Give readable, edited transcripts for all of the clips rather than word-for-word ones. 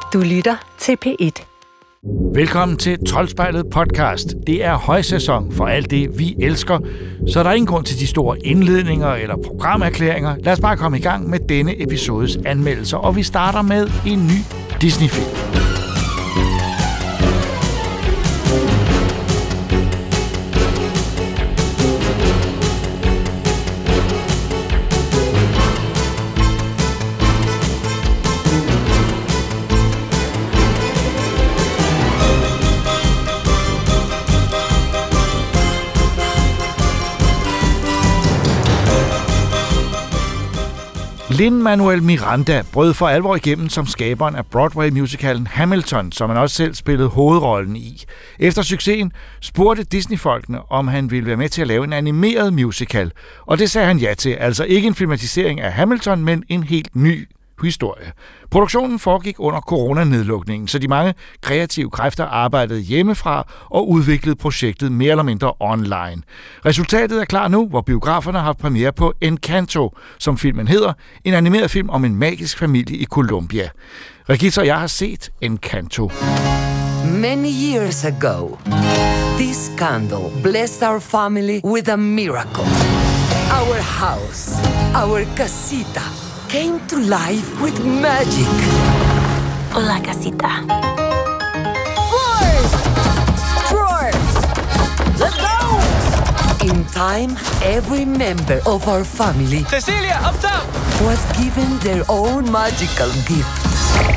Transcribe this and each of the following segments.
Du lytter til P1. Velkommen til Troldspejlet podcast. Det er højsæson for alt det, vi elsker, så der er ingen grund til de store indledninger eller programerklæringer. Lad os bare komme i gang med denne episodes anmeldelser, og vi starter med en ny Disney-film. Lin-Manuel Miranda brød for alvor igennem som skaberen af Broadway-musicalen Hamilton, som han også selv spillede hovedrollen i. Efter succesen spurgte Disney-folkene, om han ville være med til at lave en animeret musical, og det sagde han ja til, altså ikke en filmatisering af Hamilton, men en helt ny historie. Produktionen foregik under coronanedlukningen, så de mange kreative kræfter arbejdede hjemmefra og udviklede projektet mere eller mindre online. Resultatet er klar nu, hvor biograferne har premiere på Encanto, som filmen hedder, en animeret film om en magisk familie i Colombia. Regitze og jeg har set Encanto. Many years ago, this candle blessed our family with a miracle. Our house, our casita, came to life with magic. Hola, casita. Drawers! Let's go! In time, every member of our family Cecilia, up top! was given their own magical gift.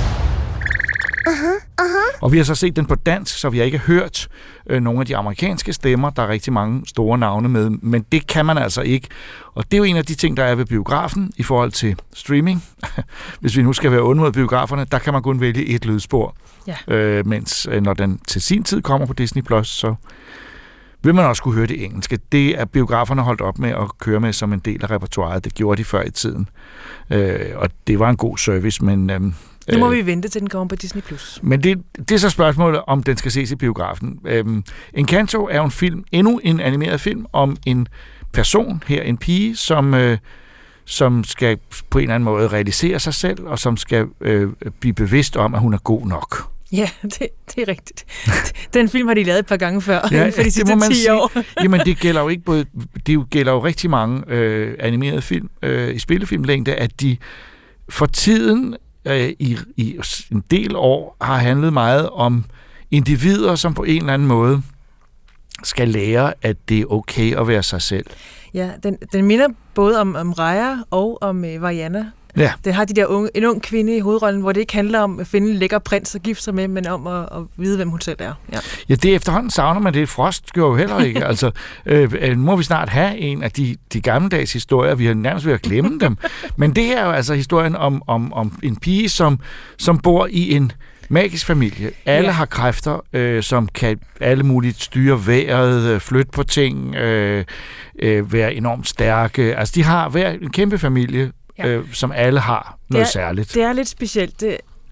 Og vi har så set den på dansk, så vi har ikke hørt nogle af de amerikanske stemmer. Der er rigtig mange store navne med, men det kan man altså ikke. Og det er jo en af de ting, der er ved biografen i forhold til streaming. Hvis vi nu skal være onde mod biograferne, der kan man kun vælge et lydspor. Ja. Mens når den til sin tid kommer på Disney+, så vil man også kunne høre det engelske. Det er biograferne holdt op med at køre med som en del af repertoiret. Det gjorde de før i tiden. Og det var en god service, men nu må vi vente til den kommer på Disney+. Men det er så spørgsmålet, om den skal ses i biografen. Encanto er jo en film, endnu en animeret film, om en person her, en pige, som skal på en eller anden måde realisere sig selv, og som skal blive bevidst om, at hun er god nok. Ja, det er rigtigt. Den film har de lavet et par gange før, ja, for de sidste 10 år. Jamen, det gælder jo ikke både. Det gælder jo rigtig mange animerede film i spillefilmlængde, at de for tiden i en del år har handlet meget om individer, som på en eller anden måde skal lære, at det er okay at være sig selv. Ja, den minder både om Raya og om Vaiana. Ja. Det har de der en ung kvinde i hovedrollen, hvor det ikke handler om at finde en lækker prins og gifte sig med, men om at vide, hvem hun selv er. Ja, det efterhånden savner man det. Frost gjorde jo heller ikke. Altså, nu må vi snart have en af de gammeldags historier. Vi har nærmest ved at glemme dem. Men det er jo altså historien om en pige, som bor i en magisk familie. Alle har kræfter, som kan alle muligt styre vejret, flytte på ting, være enormt stærke. Altså, de har hver en kæmpe familie, som alle har noget særligt. Det er lidt specielt.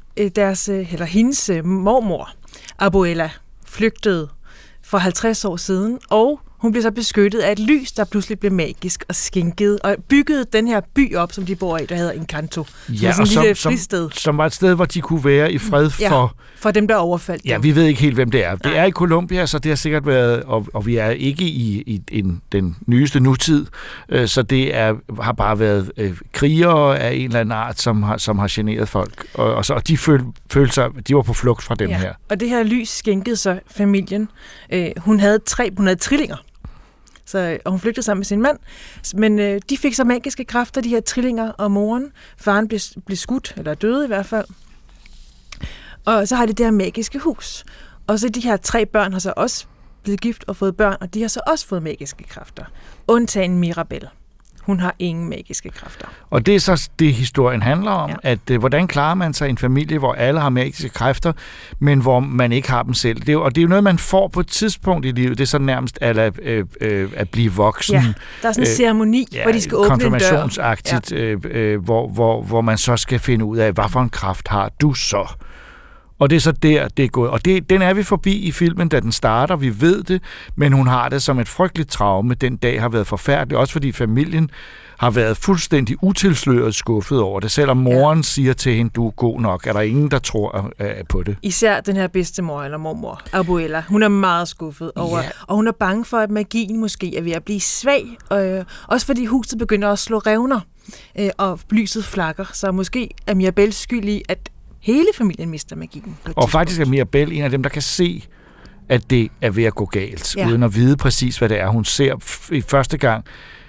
Hendes mormor, Abuela, flygtede for 50 år siden, og hun blev så beskyttet af et lys, der pludselig blev magisk og skænket, og byggede den her by op, som de bor i, der hedder Encanto. Ja, og som var et sted, hvor de kunne være i fred for dem, der overfaldt dem. Ja, vi ved ikke helt, hvem det er. Det er i Colombia, så det har sikkert været, og vi er ikke i den nyeste nutid, så det har bare været krigere af en eller anden art, som har generet folk. Og de følte sig, de var på flugt fra dem her. Og det her lys skænkede så familien. Hun havde trillinger. Og hun flygtede sammen med sin mand, men de fik så magiske kræfter, de her trillinger, og moren. Faren blev skudt, eller døde i hvert fald. Og så har de det her magiske hus. Og så de her 3 børn har så også blevet gift og fået børn, og de har så også fået magiske kræfter. Undtagen Mirabel. Hun har ingen magiske kræfter. Og det er så det, historien handler om, at hvordan klarer man sig i en familie, hvor alle har magiske kræfter, men hvor man ikke har dem selv. Det er jo noget, man får på et tidspunkt i livet. Det er så nærmest at blive voksen. Ja, der er sådan en ceremoni, hvor de skal åbne en dør. Konfirmationsagtigt, hvor man så skal finde ud af, hvad for en kraft har du så? Og det er så der, det er gået. Og den er vi forbi i filmen, da den starter. Vi ved det, men hun har det som et frygteligt traume. Den dag har været forfærdelig, også fordi familien har været fuldstændig utilsløret skuffet over det. Selvom moren siger til hende, du er god nok, er der ingen, der tror på det. Især den her bedstemor eller mormor, Abuela. Hun er meget skuffet over, og hun er bange for, at magien måske er ved at blive svag. Også fordi huset begynder at slå revner, og lyset flakker. Så måske er Mirabelle skyld i, at hele familien mister magien. Og faktisk er Mirabelle en af dem, der kan se, at det er ved at gå galt, uden at vide præcis, hvad det er. Hun ser i første gang,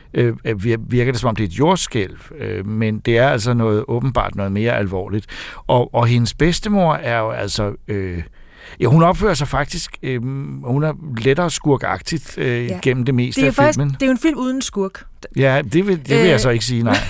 virker det som om det er et jordskælv, men det er altså åbenbart noget mere alvorligt. Og hendes bedstemor er jo altså... hun opfører sig faktisk... hun er lettere skurkagtigt gennem det meste af filmen. Det er jo en film uden skurk. Ja, det vil jeg så ikke sige, nej.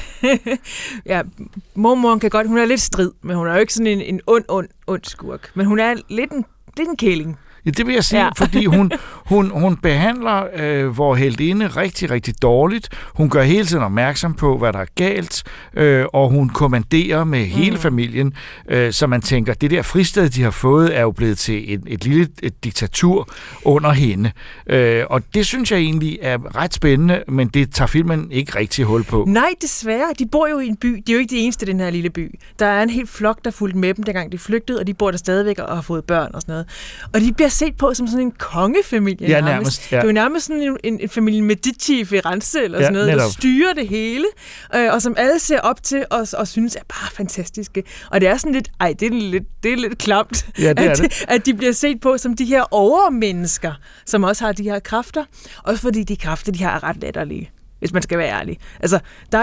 Ja, mormoren kan godt... Hun er lidt strid, men hun er jo ikke sådan en ond skurk. Men hun er lidt en kæling. Ja, det vil jeg sige, fordi hun behandler vor heltinde rigtig, rigtig dårligt. Hun gør hele tiden opmærksom på, hvad der er galt, og hun kommanderer med hele familien, så man tænker, det der fristed, de har fået, er jo blevet til et lille diktatur under hende. Og det synes jeg egentlig er ret spændende, men det tager filmen ikke rigtig hul på. Nej, desværre. De bor jo i en by. De er jo ikke de eneste i den her lille by. Der er en helt flok, der fulgte med dem, dengang de flygtede, og de bor der stadigvæk og har fået børn og sådan noget. Og de bliver set på som sådan en kongefamilie. Ja, nærmest. Ja. Det er jo nærmest sådan en familie Medici i Firenze eller sådan noget, der styrer det hele, og som alle ser op til og synes er bare fantastiske. Og det er sådan lidt, det er lidt klamt, at de bliver set på som de her overmennesker, som også har de her kræfter. Også fordi de kræfter, de har er ret latterlige, hvis man skal være ærlig. Altså,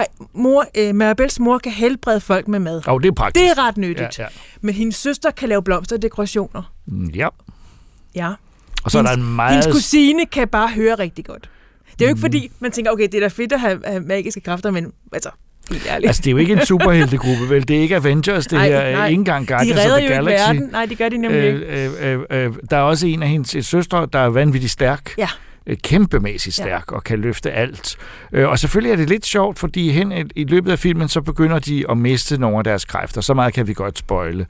Mirabelles mor kan helbrede folk med mad. Det er praktisk. Det er ret nyttigt. Ja. Men hendes søster kan lave blomsterdekorationer. Ja. Og så er der en meget... Hendes kusine kan bare høre rigtig godt. Det er jo ikke fordi, man tænker, okay, det er da fedt at have magiske kræfter, men altså, helt ærligt. Altså, det er jo ikke en superheltegruppe, vel? Det er ikke Avengers, det her. Ikke engang Guardians of the Galaxy. De redder jo ikke verden. Nej, det gør de nemlig ikke. Der er også en af hendes søstre, der er vanvittigt stærk. Ja. Kæmpemæssigt stærk og kan løfte alt. Og selvfølgelig er det lidt sjovt, fordi i løbet af filmen, så begynder de at miste nogle af deres kræfter. Så meget kan vi godt spoile.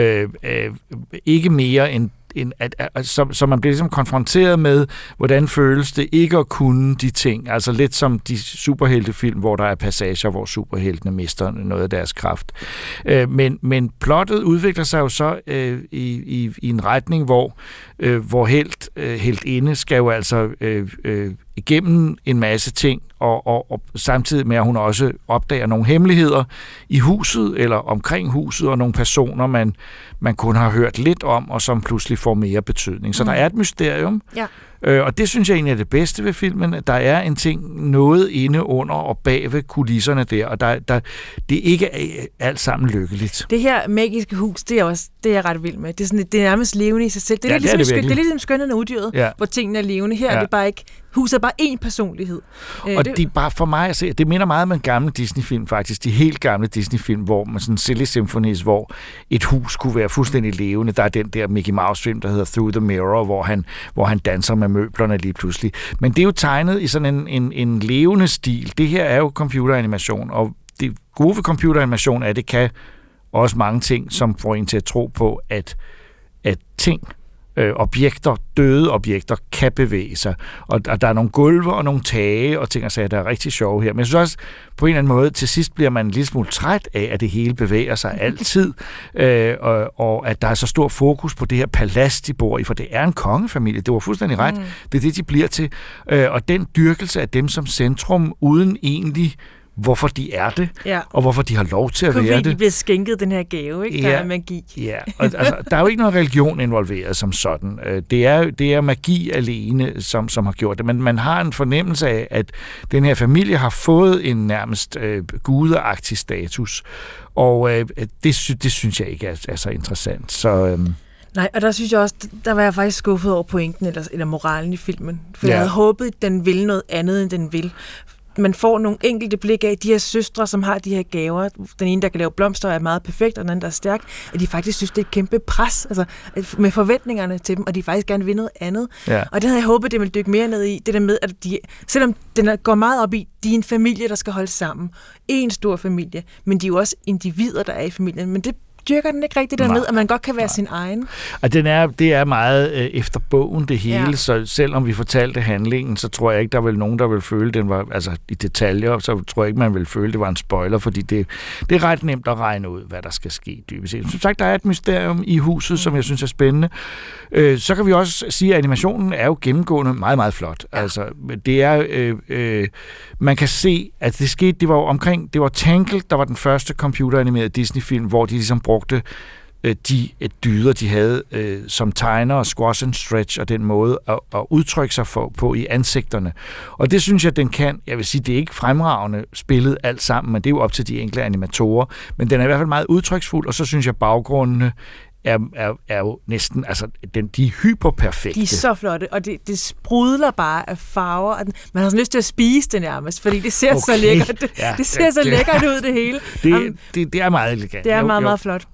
Ikke mere end så man bliver ligesom konfronteret med, hvordan føles det ikke at kunne de ting. Altså lidt som de superheltefilm, hvor der er passager, hvor superheltene mister noget af deres kraft. Men plottet udvikler sig jo så i en retning, hvor heltinde skal jo altså igennem en masse ting, og samtidig med, at hun også opdager nogle hemmeligheder i huset, eller omkring huset, og nogle personer, man kun har hørt lidt om, og som pludselig får mere betydning. Så der er et mysterium, og det synes jeg egentlig er det bedste ved filmen, at der er en ting, noget inde under og bag ved kulisserne der, og det ikke er alt sammen lykkeligt. Det her magiske hus, det er jeg ret vild med. Det er, sådan, det er nærmest levende i sig selv. Det er ligesom Skønheden og Udyret, hvor tingene er levende. Her er det bare ikke... Huset er bare én personlighed. Og det er bare for mig at se, det minder meget om en gammel Disney-film faktisk, de helt gamle Disney-film, hvor man sådan Silly Symphonies, hvor et hus kunne være fuldstændig levende. Der er den der Mickey Mouse-film, der hedder Through the Mirror, hvor han danser med møblerne lige pludselig. Men det er jo tegnet i sådan en levende stil. Det her er jo computeranimation, og det gode ved computeranimation er, at det kan også mange ting, som får en til at tro på, at ting, døde objekter, kan bevæge sig. Og der er nogle gulve og nogle tage og ting og sager, der er rigtig sjove her. Men jeg synes også, på en eller anden måde, til sidst bliver man en lille smule træt af, at det hele bevæger sig altid, og at der er så stor fokus på det her palads, de bor i, for det er en kongefamilie. Det var fuldstændig ret. Det er det, de bliver til. Og den dyrkelse af dem som centrum, uden egentlig hvorfor de er det, og hvorfor de har lov til at være det. Fordi de bliver skænket den her gave, ikke? Der er magi. Ja, og altså, der er jo ikke noget religion involveret som sådan. Det er magi alene, som har gjort det. Men man har en fornemmelse af, at den her familie har fået en nærmest gudeagtig status, og det synes jeg ikke er så interessant. Så... Nej, og der synes jeg også, der var jeg faktisk skuffet over pointen eller moralen i filmen. For jeg havde håbet, at den ville noget andet, end den vil. Man får nogle enkelte blik af de her søstre, som har de her gaver. Den ene, der kan lave blomster, er meget perfekt, og den anden, der er stærk. At de faktisk synes, det er et kæmpe pres, altså med forventningerne til dem, og de faktisk gerne vil noget andet. Ja. Og det havde jeg håbet, det ville dykke mere ned i. Det der med, at selvom den går meget op i, de er en familie, der skal holde sammen. En stor familie, men de er jo også individer, der er i familien. Men dyrker den ikke rigtig derned, at man godt kan være sin egen. Og det er meget efter bogen, det hele, så selvom vi fortalte handlingen, så tror jeg ikke, der er vel nogen, der vil føle, den var, altså i detaljer, så tror jeg ikke, man vil føle, det var en spoiler, fordi det er ret nemt at regne ud, hvad der skal ske dybest set. Som sagt, der er et mysterium i huset, som jeg synes er spændende. Så kan vi også sige, at animationen er jo gennemgående meget, meget flot. Ja. Altså, det er, man kan se, at det var Tangled, der var den første computeranimerede Disney-film, hvor de ligesom brugte de dyder, de havde som tegner, squash and stretch, og den måde at udtrykke sig på i ansigterne. Og det synes jeg, den kan. Jeg vil sige, det er ikke fremragende spillet alt sammen, men det er jo op til de enkelte animatorer. Men den er i hvert fald meget udtryksfuld, og så synes jeg, baggrundene er jo næsten, altså, de er hyperperfekte. De er så flotte, og det sprudler bare af farver. Man har sådan lyst til at spise det nærmest, fordi det ser så lækkert. Det ser så lækkert ud, det hele. Det er meget elegant. Det er meget, meget flot.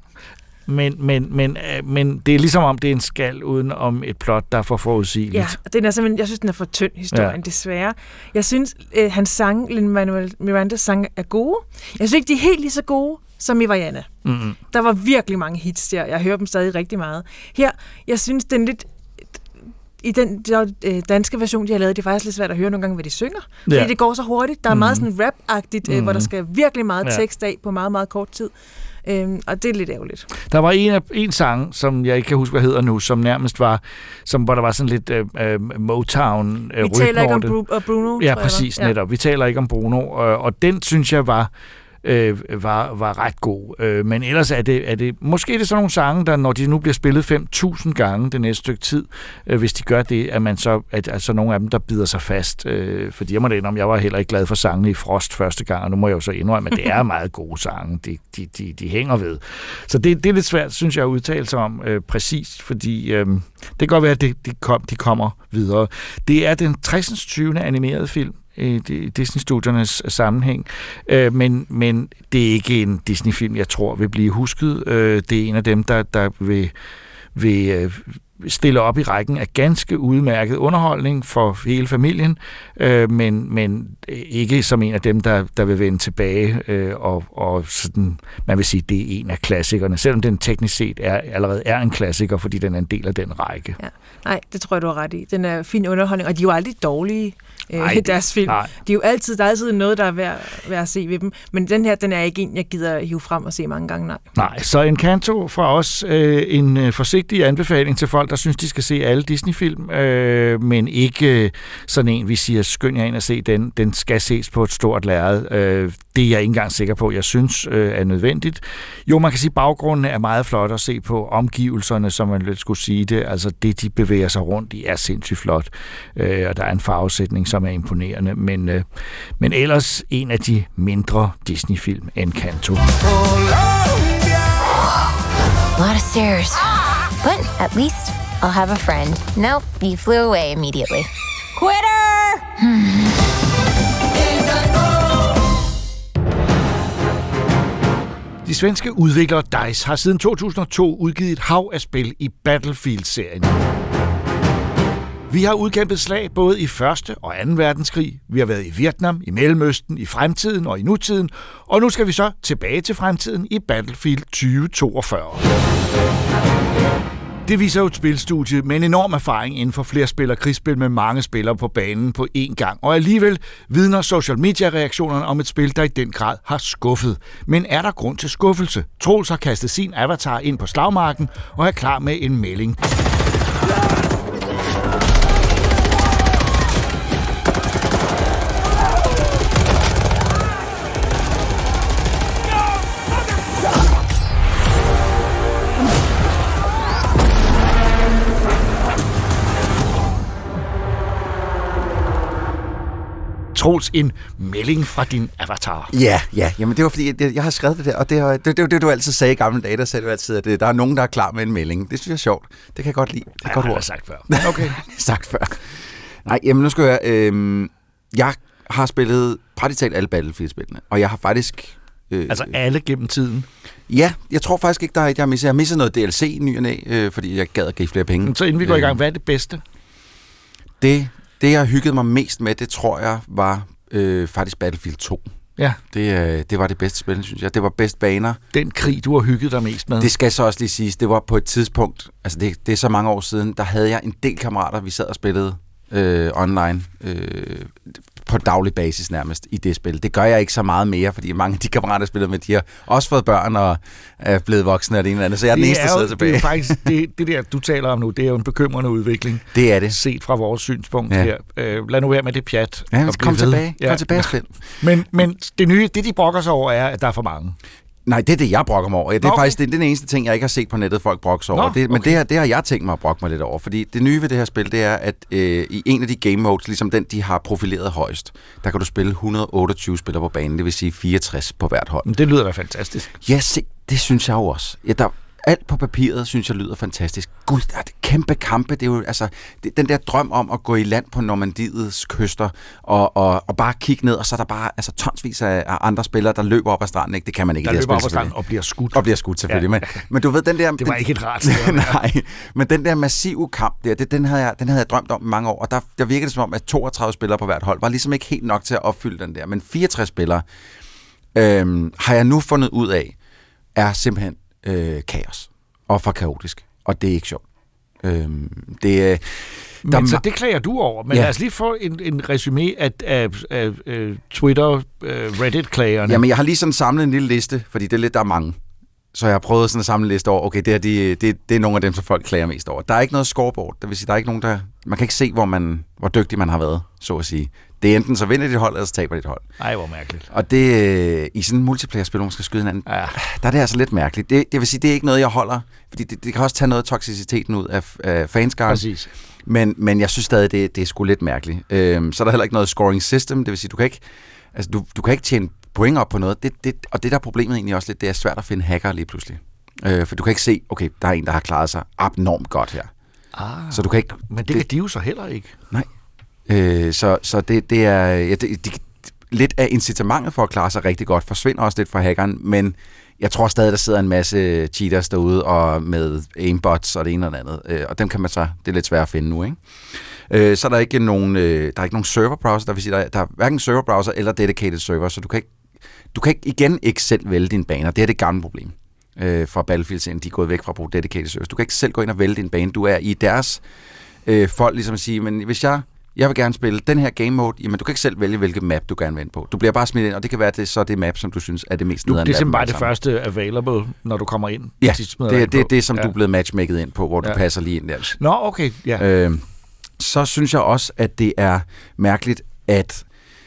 Men det er ligesom om, det er en skal uden om et plot, der er for forudsigeligt. Ja, den er simpelthen, jeg synes, den er for tynd, historien, desværre. Jeg synes, hans sang, Lin-Manuel Mirandas sang, er gode. Jeg synes ikke, de er helt lige så gode som i Vaiana. Mm-hmm. Der var virkelig mange hits der. Jeg hører dem stadig rigtig meget. Her, jeg synes, den lidt... I den danske version, de har lavet, det er faktisk lidt svært at høre nogle gange, hvad de synger. Fordi det går så hurtigt. Der er meget sådan rap-agtigt, hvor der skal virkelig meget tekst af på meget, meget kort tid. Og det er lidt ærgerligt. Der var en sang, som jeg ikke kan huske, hvad hedder nu, som nærmest var, hvor der var sådan lidt Motown. Vi taler ikke om Bruno. Ja, præcis, netop. Vi taler ikke om Bruno. Og den, synes jeg, var ret god. Men ellers er det måske er det sådan nogle sange, der når de nu bliver spillet 5.000 gange det næste stykke tid, hvis de gør det, at man så altså nogle af dem, der bider sig fast. Fordi jeg må det indrømme, jeg var heller ikke glad for sangene i Frost første gang, og nu må jeg jo så indrømme, at det er meget gode sange. De hænger ved. Så det er lidt svært, synes jeg, at udtale sig om præcist, fordi det kan godt være, at de kommer videre. Det er den 60. 20. animerede film i Disney-studiernes sammenhæng. Men det er ikke en Disney-film, jeg tror vil blive husket. Det er en af dem, der vil stille op i rækken af ganske udmærket underholdning for hele familien, men ikke som en af dem, der vil vende tilbage, og sådan, man vil sige, det er en af klassikerne, selvom den teknisk set allerede er en klassiker, fordi den er en del af den række. Ja. Nej, det tror jeg, du har ret i. Den er fin underholdning, og de er jo aldrig dårlige i deres film. Nej. De er jo altid, der er altid noget, der er værd at se ved dem, men den her, den er ikke en, jeg gider hive frem og se mange gange, Nej, så Encanto fra os en forsigtig anbefaling til folk, der synes, de skal se alle Disney-film, men ikke sådan en, vi siger, skynd jer ind og se den. Den skal ses på et stort lærred. Det er jeg ikke engang sikker på, jeg synes er nødvendigt. Jo, man kan sige, at baggrunden er meget flot at se på. Omgivelserne, som man lidt skulle sige det, altså det, de bevæger sig rundt i, er sindssygt flot. Og der er en farvesætning, som er imponerende. Men ellers en af de mindre Disney-film, Encanto. A lot of stairs. But at least I'll have a friend. Nope, you flew away immediately. Quitter! De svenske udviklere DICE har siden 2002 udgivet et hav af spil i Battlefield-serien. Vi har udkæmpet slag både i 1. og 2. verdenskrig. Vi har været i Vietnam, i Mellemøsten, i fremtiden og i nutiden. Og nu skal vi så tilbage til fremtiden i Battlefield 2042. Det viser jo et spilstudie med en enorm erfaring inden for flerspil og krigsspil med mange spillere på banen på én gang. Og alligevel vidner social media-reaktionerne om et spil, der i den grad har skuffet. Men er der grund til skuffelse? Troels har kastet sin avatar ind på slagmarken og er klar med en melding. Troels, en melding fra din avatar. Ja. Jamen det var fordi, jeg har skrevet det der, og det du altid sagde i gamle dage, der sagde du altid, at der er nogen, der er klar med en melding. Det synes jeg er sjovt. Det kan jeg godt lide. Det er godt ord. Det sagt før. Okay. sagt før. Nej, jamen nu skal jeg... jeg har spillet praktisk talt alle Battlefield-spillene, og jeg har faktisk... altså alle gennem tiden? Ja, jeg tror faktisk ikke, jeg har misset noget DLC i ny og næ, fordi jeg gad at give flere penge. Så inden vi går i gang, hvad er det bedste? Det jeg hyggede mig mest med, det tror jeg var faktisk Battlefield 2. Ja. Det var det bedste spil, synes jeg. Det var bedst baner. Den krig, du har hygget dig mest med. Det skal så også lige siges. Det var på et tidspunkt, altså det er så mange år siden, der havde jeg en del kammerater, vi sad og spillede online på daglig basis nærmest i det spil. Det gør jeg ikke så meget mere, fordi mange af de kammerater, jeg spillede med, de har også fået børn og er blevet voksne og det ene eller andet, så jeg er den eneste, der sidder tilbage. Det er jo faktisk, det der, du taler om nu, det er jo en bekymrende udvikling. Det er det. Set fra vores synspunkt her. Lad nu være med det pjat. Ja, kom tilbage. Kom tilbage spil. Men det nye, det de brokker sig over, er, at der er for mange. Nej, det er det, jeg brokker mig over. Det er faktisk den eneste ting, jeg ikke har set på nettet, folk brokker sig over. Men det har jeg tænkt mig at brokke mig lidt over. Fordi det nye ved det her spil, det er, at i en af de game modes, ligesom den, de har profileret højst, der kan du spille 128 spillere på banen, det vil sige 64 på hvert hold. Det lyder da fantastisk. Ja, se, det synes jeg jo også. Ja, alt på papiret, synes jeg, lyder fantastisk. Gud, der er det kæmpe kampe. Det er jo, altså, den der drøm om at gå i land på Normandiets kyster og bare kigge ned, og så er der bare tonsvis af andre spillere, der løber op ad stranden. Ikke? Det kan man ikke i det her spil. Der løber op ad stranden og bliver skudt. Og bliver skudt, selvfølgelig. Ja. Men du ved, den der... Det var ikke et rart sted. Nej, men den der massive kamp der, den havde jeg drømt om i mange år, og der virkede det som om, at 32 spillere på hvert hold var ligesom ikke helt nok til at opfylde den der. Men 64 spillere har jeg nu fundet ud af, er simpelthen kaos og for kaotisk, og det er ikke sjovt. Så det klager du over, men lad os lige få en resumé af Twitter, Reddit-klagerne. Jamen, jeg har lige sådan samlet en lille liste, fordi det er lidt, der er mange. Så jeg har prøvet sådan at samle en liste over, okay, det er nogle af dem, som folk klager mest over. Der er ikke noget scoreboard, det vil sige, der er ikke nogen, man kan ikke se, hvor dygtig man har været, så at sige. Det er enten så vinder dit hold, eller så taber dit hold. Ej, hvor mærkeligt. Og det, i sådan en multiplayer-spil, hvor man skal skyde hinanden, der er det altså lidt mærkeligt. Det vil sige, det er ikke noget, jeg holder, fordi det kan også tage noget af toksiciteten ud af fanskaren. Præcis. Men jeg synes stadig, det er sgu lidt mærkeligt. Så er der heller ikke noget scoring system, det vil sige, du kan ikke tjene point op på noget. Og det der er problemet egentlig også lidt, det er svært at finde hacker lige pludselig. For du kan ikke se, okay, der er en, der har klaret sig abnormt godt her. Så du kan ikke... Men det kan de jo så heller ikke. Nej. Så det er... lidt af incitamentet for at klare sig rigtig godt forsvinder også lidt fra hackeren, men jeg tror stadig, der sidder en masse cheaters derude og med aimbots og det ene og det andet. Og dem kan man så... Det er lidt svært at finde nu, ikke? Så er der ikke nogen serverbrowser, der vil sige, der er hverken serverbrowser eller dedicated server, så du kan ikke selv vælge dine baner. Det er det gamle problem fra Battlefield-serien. De er gået væk fra at bruge dedicated servers. Du kan ikke selv gå ind og vælge din bane. Du er i deres folk, ligesom at sige, men hvis jeg vil gerne spille den her game mode, jamen du kan ikke selv vælge, hvilket map du gerne vil ind på. Du bliver bare smidt ind, og det kan være, at det map, som du synes er det mest nederen. Det er simpelthen bare det første available, når du kommer ind. Ja, det er det, som du er blevet matchmaket ind på, hvor du passer lige ind der. Nå, okay, ja. Så synes jeg også, at det er mærkeligt, at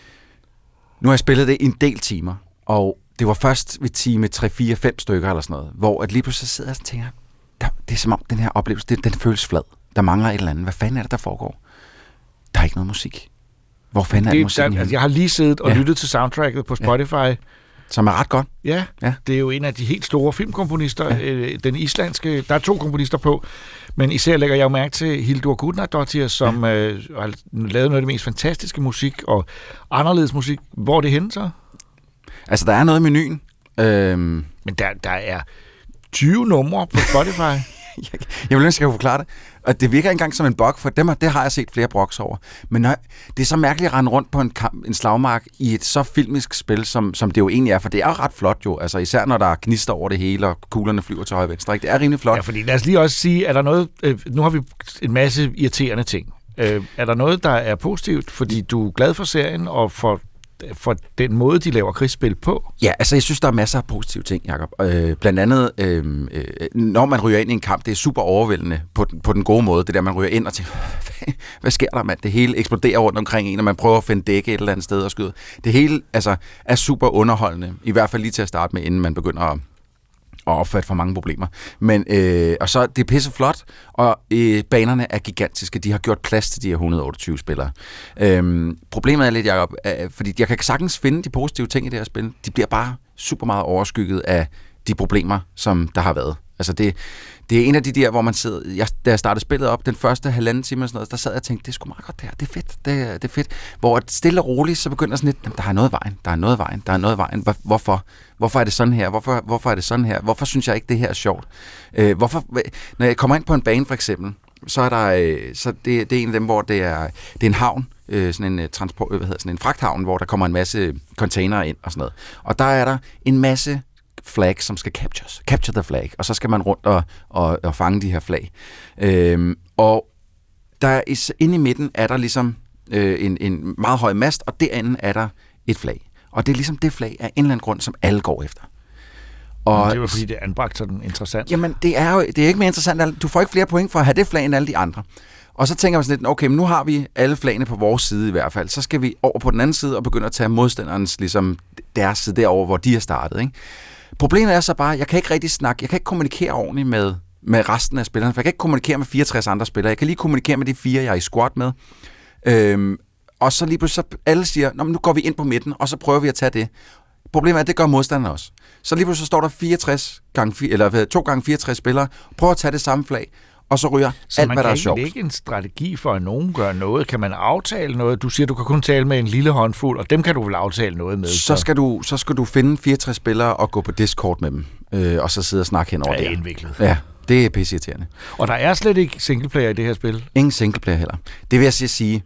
nu har jeg spillet det i en del timer, og det var først ved time 3, 4, 5 stykker eller sådan noget, hvor at lige pludselig sidder jeg og tænker, det er som om den her oplevelse, den føles flad. Der mangler et eller andet. Hvad fanden er det, der foregår? Der er ikke noget musik. Hvor fanden er det musikken? Jeg har lige siddet og lyttet til soundtracket på Spotify. Som er ret godt. Ja, det er jo en af de helt store filmkomponister. Ja. Den islandske, der er 2 komponister på, men især lægger jeg jo mærke til Hildur Gudnadottir, som har lavet noget af det mest fantastiske musik og anderledes musik. Hvor er det henne så? Altså, der er noget i menuen. Men der er 20 numre på Spotify. Jeg vil ønske, at jeg kunne forklare det. Og det virker ikke engang som en bug, for det har jeg set flere broks over. Men det er så mærkeligt at rende rundt på en slagmark i et så filmisk spil, som det jo egentlig er, for det er jo ret flot jo. Altså især når der er gnister over det hele, og kuglerne flyver til højre og venstre. Det er rimelig flot. Ja, fordi lad os lige også sige, er der noget... nu har vi en masse irriterende ting. Er der noget, der er positivt, fordi du er glad for serien, og for den måde, de laver krigsspil på? Ja, altså jeg synes, der er masser af positive ting, Jacob. Blandt andet, når man ryger ind i en kamp, det er super overvældende på den gode måde. Det der, man ryger ind og tænker, hvad sker der, mand? Det hele eksploderer rundt omkring en, og man prøver at finde dække et eller andet sted og skyde. Det hele er super underholdende, i hvert fald lige til at starte med, inden man begynder at opfatte for mange problemer. Men, og så det er pisse flot, og banerne er gigantiske. De har gjort plads til de her 128 spillere. Problemet er lidt, Jacob, fordi jeg kan sagtens finde de positive ting i det her spil. De bliver bare super meget overskygget af de problemer, som der har været. Altså det er en af de der, hvor man sidder... Da jeg startede spillet op, den første 1,5 time, sådan noget, der sad jeg og tænkte, det er sgu meget godt det her, det er fedt, det er fedt. Hvor stille og roligt, så begynder sådan lidt, der er noget i vejen. Hvorfor er det sådan her? Hvorfor er det sådan her? Hvorfor synes jeg ikke, det her er sjovt? Når jeg kommer ind på en bane, for eksempel, så er der, så det er en af dem, hvor det er en havn, sådan en sådan en fragthavn, hvor der kommer en masse containere ind og sådan noget. Og der er der en masse flag, som skal captures. Capture the flag. Og så skal man rundt og fange de her flag. Og der inde i midten er der ligesom en meget høj mast, og derinde er der et flag. Og det er ligesom det flag af en eller anden grund, som alle går efter. Og det var fordi, det er anbragt sådan interessant. Jamen, det er ikke mere interessant. Du får ikke flere point for at have det flag end alle de andre. Og så tænker man sådan lidt, okay, men nu har vi alle flagene på vores side i hvert fald. Så skal vi over på den anden side og begynde at tage modstanderens, ligesom deres side derover, hvor de har startet. Ikke? Problemet er så bare, jeg kan ikke rigtig snakke, jeg kan ikke kommunikere ordentligt med resten af spillerne, for jeg kan ikke kommunikere med 64 andre spillere. Jeg kan lige kommunikere med de 4, jeg er i squad med. Og så lige pludselig, så alle siger, nu går vi ind på midten, og så prøver vi at tage det. Problemet er, at det gør modstanderne også. Så lige pludselig så står der 2 gange 64 spillere, prøver at tage det samme flag, og så ryger så alt, hvad der er sjovt. Så man kan ikke lægge en strategi for, at nogen gør noget. Kan man aftale noget? Du siger, du kan kun tale med en lille håndfuld, og dem kan du vel aftale noget med. Så skal du finde 64 spillere og gå på Discord med dem, og så sidde og snakke henover det der. Er indviklet. Ja, det er pisseirriterende. Og der er slet ikke singleplayer i det her spil? Ingen singleplayer heller. Det vil jeg sige,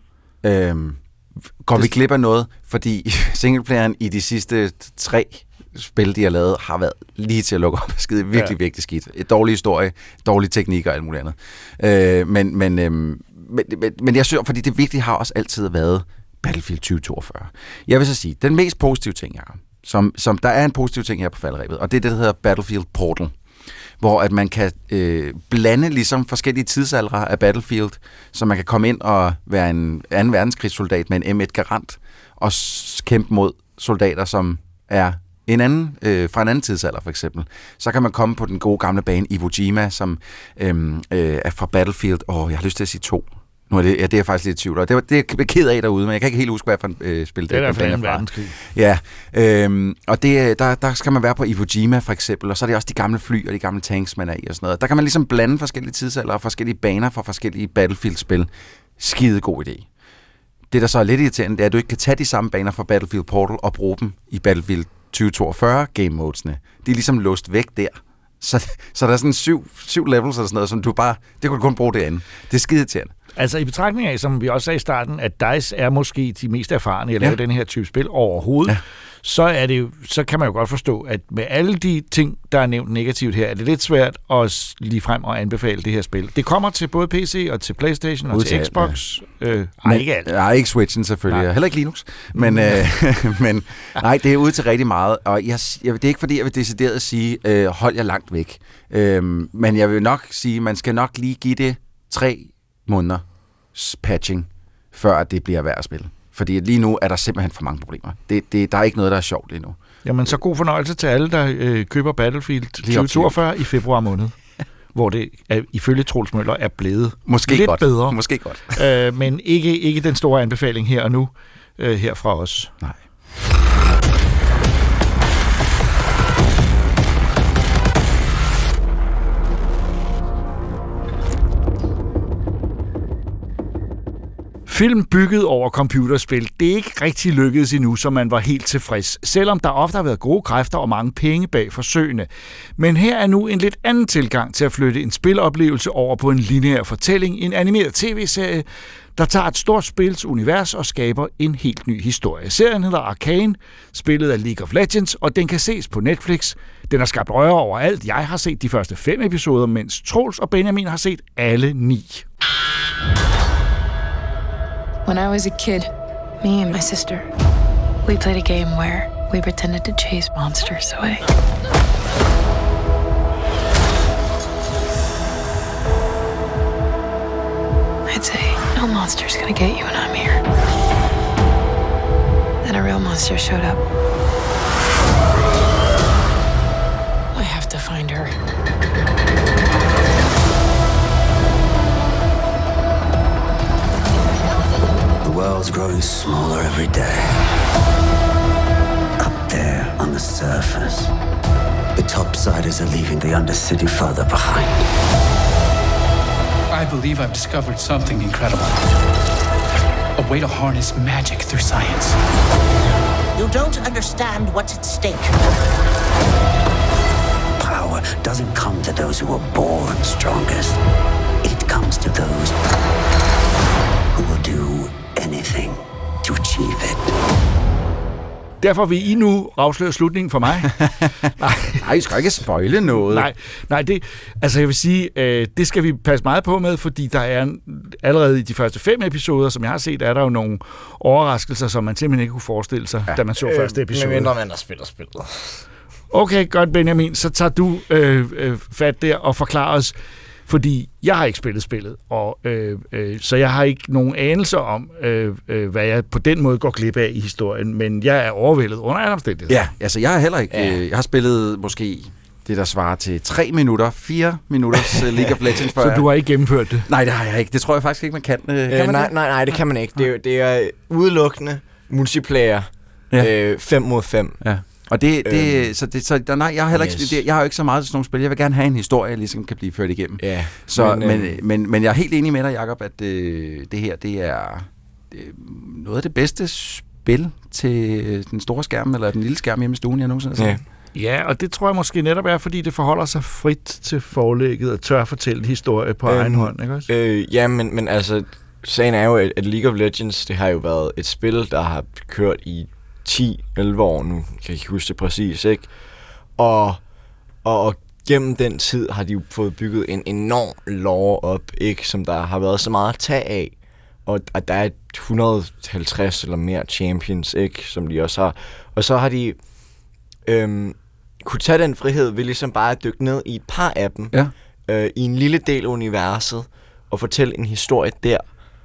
går vi glip af noget, fordi singleplayeren i de sidste 3 spil, de har lavet, har været lige til at lukke op og skide virkelig, virkelig skidt. Et dårlig historie, dårlig teknik og alt muligt andet. Men jeg synes, fordi det vigtige har også altid været Battlefield 2042. Jeg vil så sige, den mest positive ting, Jacob, som der er en positiv ting her på falderebet, og det er det, der hedder Battlefield Portal, hvor at man kan blande ligesom forskellige tidsaldre af Battlefield, så man kan komme ind og være en 2. verdenskrigssoldat med en M1 Garant og kæmpe mod soldater, som er fra en anden tidsalder, for eksempel. Så kan man komme på den gode gamle bane Iwo Jima, som er fra Battlefield, jeg har lyst til at sige 2. Nu er det er jeg faktisk lidt i tvivl. Det er ked af derude, men jeg kan ikke helt huske, hvad for en spil det er. Det er der 2. verdenskrig. Ja, og der skal man være på Iwo Jima, for eksempel, og så er det også de gamle fly og de gamle tanks, man er i og sådan noget. Der kan man ligesom blande forskellige tidsalder og forskellige baner fra forskellige Battlefield-spil. Skide god idé. Det, der så er lidt irriterende, det er, at du ikke kan tage de samme baner fra Battlefield Portal og bruge dem i Battlefield 2042 game modesne. De er ligesom låst væk der. Så der er sådan 7 levels eller sådan noget, som det kunne du kun bruge derinde. Det er skide irriterende. Altså i betragtning af, som vi også sagde i starten, at DICE er måske de mest erfarne i at lave den her type spil overhovedet, så kan man jo godt forstå, at med alle de ting, der er nævnt negativt her, er det lidt svært at ligefrem at anbefale det her spil. Det kommer til både PC og til PlayStation og til Xbox. Ikke alt. Nej, ikke Switchen selvfølgelig. Nej. Heller ikke Linux. Men nej, det er ude til rigtig meget. Og det er ikke fordi, jeg vil decideret sige, hold jer langt væk. Men jeg vil nok sige, man skal nok lige give det 3 måneder patching, før det bliver værd at spille. Fordi lige nu er der simpelthen for mange problemer. Der er ikke noget, der er sjovt lige nu. Jamen, så god fornøjelse til alle, der køber Battlefield 2042 i februar måned, hvor det ifølge Troels Møller er blevet lidt bedre. Måske godt. Men ikke den store anbefaling her og nu, her fra os. Nej. Film bygget over computerspil, det er ikke rigtig lykkedes endnu, så man var helt tilfreds, selvom der ofte har været gode kræfter og mange penge bag forsøgene. Men her er nu en lidt anden tilgang til at flytte en spiloplevelse over på en lineær fortælling, en animeret tv-serie, der tager et stort spils univers og skaber en helt ny historie. Serien hedder Arcane, spillet af League of Legends, og den kan ses på Netflix. Den har skabt røre overalt. Jeg har set de første 5 episoder, mens Troels og Benjamin har set alle 9. When I was a kid, me and my sister, we played a game where we pretended to chase monsters away. I'd say, no monster's gonna get you when I'm here. Then a real monster showed up. I have to find her. The world's growing smaller every day. Up there on the surface, the topsiders are leaving the undercity further behind. I believe I've discovered something incredible. A way to harness magic through science. You don't understand what's at stake. Power doesn't come to those who are born strongest. It comes to those who will do anything to achieve it. Derfor vil I nu afsløre slutningen for mig. Nej, I skal ikke spoile noget. Nej, det, altså jeg vil sige, det skal vi passe meget på med, fordi der er allerede i de første 5 episoder, som jeg har set, er der jo nogle overraskelser, som man simpelthen ikke kunne forestille sig, da man så første episode. Men mindre man der spiller spillet. Okay, godt Benjamin, så tager du fat der og forklarer os, fordi jeg har ikke spillet spillet, og så jeg har ikke nogen anelse om, hvad jeg på den måde går glip af i historien, men jeg er overvældet under alle omstændigheder. Ja, altså jeg har heller ikke... jeg har spillet måske det, der svarer til 4 minutters League of Legends. Så du har ikke gennemført det? Nej, det har jeg ikke. Det tror jeg faktisk ikke, man kan. Kan man nej, det kan man ikke. Det er udelukkende multiplayer 5 mod 5. Ja. Og nej, jeg har heller ikke, jeg har jo ikke så meget til sådan nogle spil. Jeg vil gerne have en historie, jeg ligesom kan blive ført igennem. Ja. Så, men jeg er helt enig med dig, Jacob, at det her, det er noget af det bedste spil til den store skærm, eller den lille skærm hjemme i stuen, jeg nogensinde har set. Ja, og det tror jeg måske netop er, fordi det forholder sig frit til forlægget og tør fortælle en historie på egen hånd, ikke også? Ja, men altså, sagen er jo, at League of Legends, det har jo været et spil, der har kørt i 10-11 år nu, kan jeg ikke huske det præcis, ikke? Og gennem den tid har de jo fået bygget en enorm lore op, ikke? Som der har været så meget at tage af, og at der er 150 eller mere champions, ikke? Som de også har. Og så har de kunne tage den frihed ved ligesom bare at dykke ned i et par af dem, i en lille del af universet, og fortælle en historie der.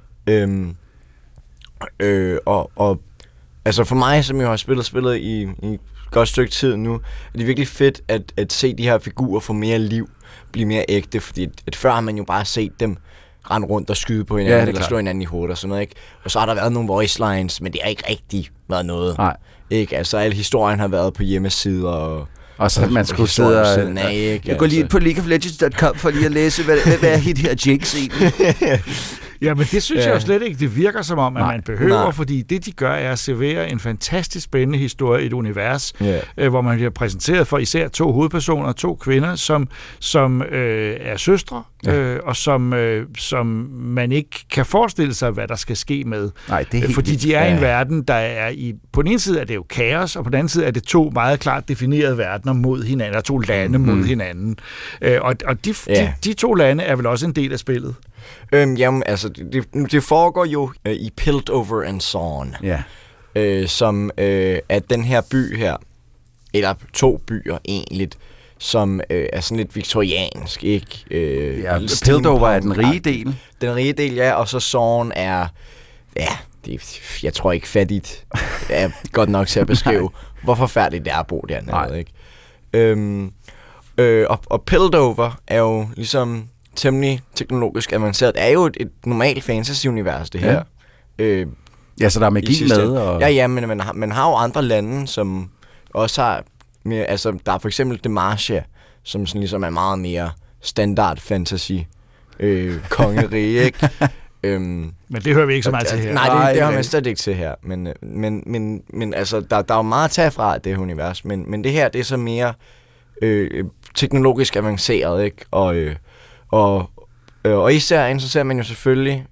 Og altså for mig, som jo har spillet i et godt stykke tid nu, er det virkelig fedt at se de her figurer få mere liv, blive mere ægte, fordi at før har man jo bare set dem rende rundt og skyde på hinanden, eller slå hinanden i hovedet og sådan noget, ikke? Og så har der været nogle voice lines, men det har ikke rigtig været noget. Nej. Ikke? Altså alle historien har været på hjemmesider og så man skulle sidde og... Jeg går lige på leagueoflegends.com for lige at læse, hvad er hit her Jinx egentlig? Ja, men det synes jeg jo slet ikke, det virker som om, at man behøver, fordi det, de gør, er at servere en fantastisk spændende historie i et univers, hvor man bliver præsenteret for især 2 hovedpersoner, 2 kvinder, som er søstre, og som man ikke kan forestille sig, hvad der skal ske med. Nej, det er fordi de er i en verden, der er i... På den ene side er det jo kaos, og på den anden side er det 2 meget klart definerede verdener mod hinanden, eller 2 lande mod hinanden. Og de 2 lande er vel også en del af spillet. Jamen, altså, det foregår jo i Piltover and Sawn, som er den her by her, eller 2 byer egentlig, som er sådan lidt viktoriansk, ikke? Piltover er den rige del. Den rige del, ja, og så Sawn er, jeg tror ikke fattigt, er godt nok til at beskrive, hvor forfærdeligt det er at bo dernede, ikke? Og Piltover er jo ligesom temmelig teknologisk avanceret. Det er jo et normalt fantasy-univers, det her. Ja, så der er magi med. Og... Ja, men man har jo andre lande, som også har... Mere, altså, der er for eksempel Demacia, som sådan ligesom er meget mere standard fantasy kongerige, ikke? Men det hører vi ikke så meget til her. Nej, det har man slet ikke til her. Men altså, der er jo meget at tage fra det her univers. Men det her, det er så mere teknologisk avanceret, ikke? Og i serien, så ser man jo selvfølgelig,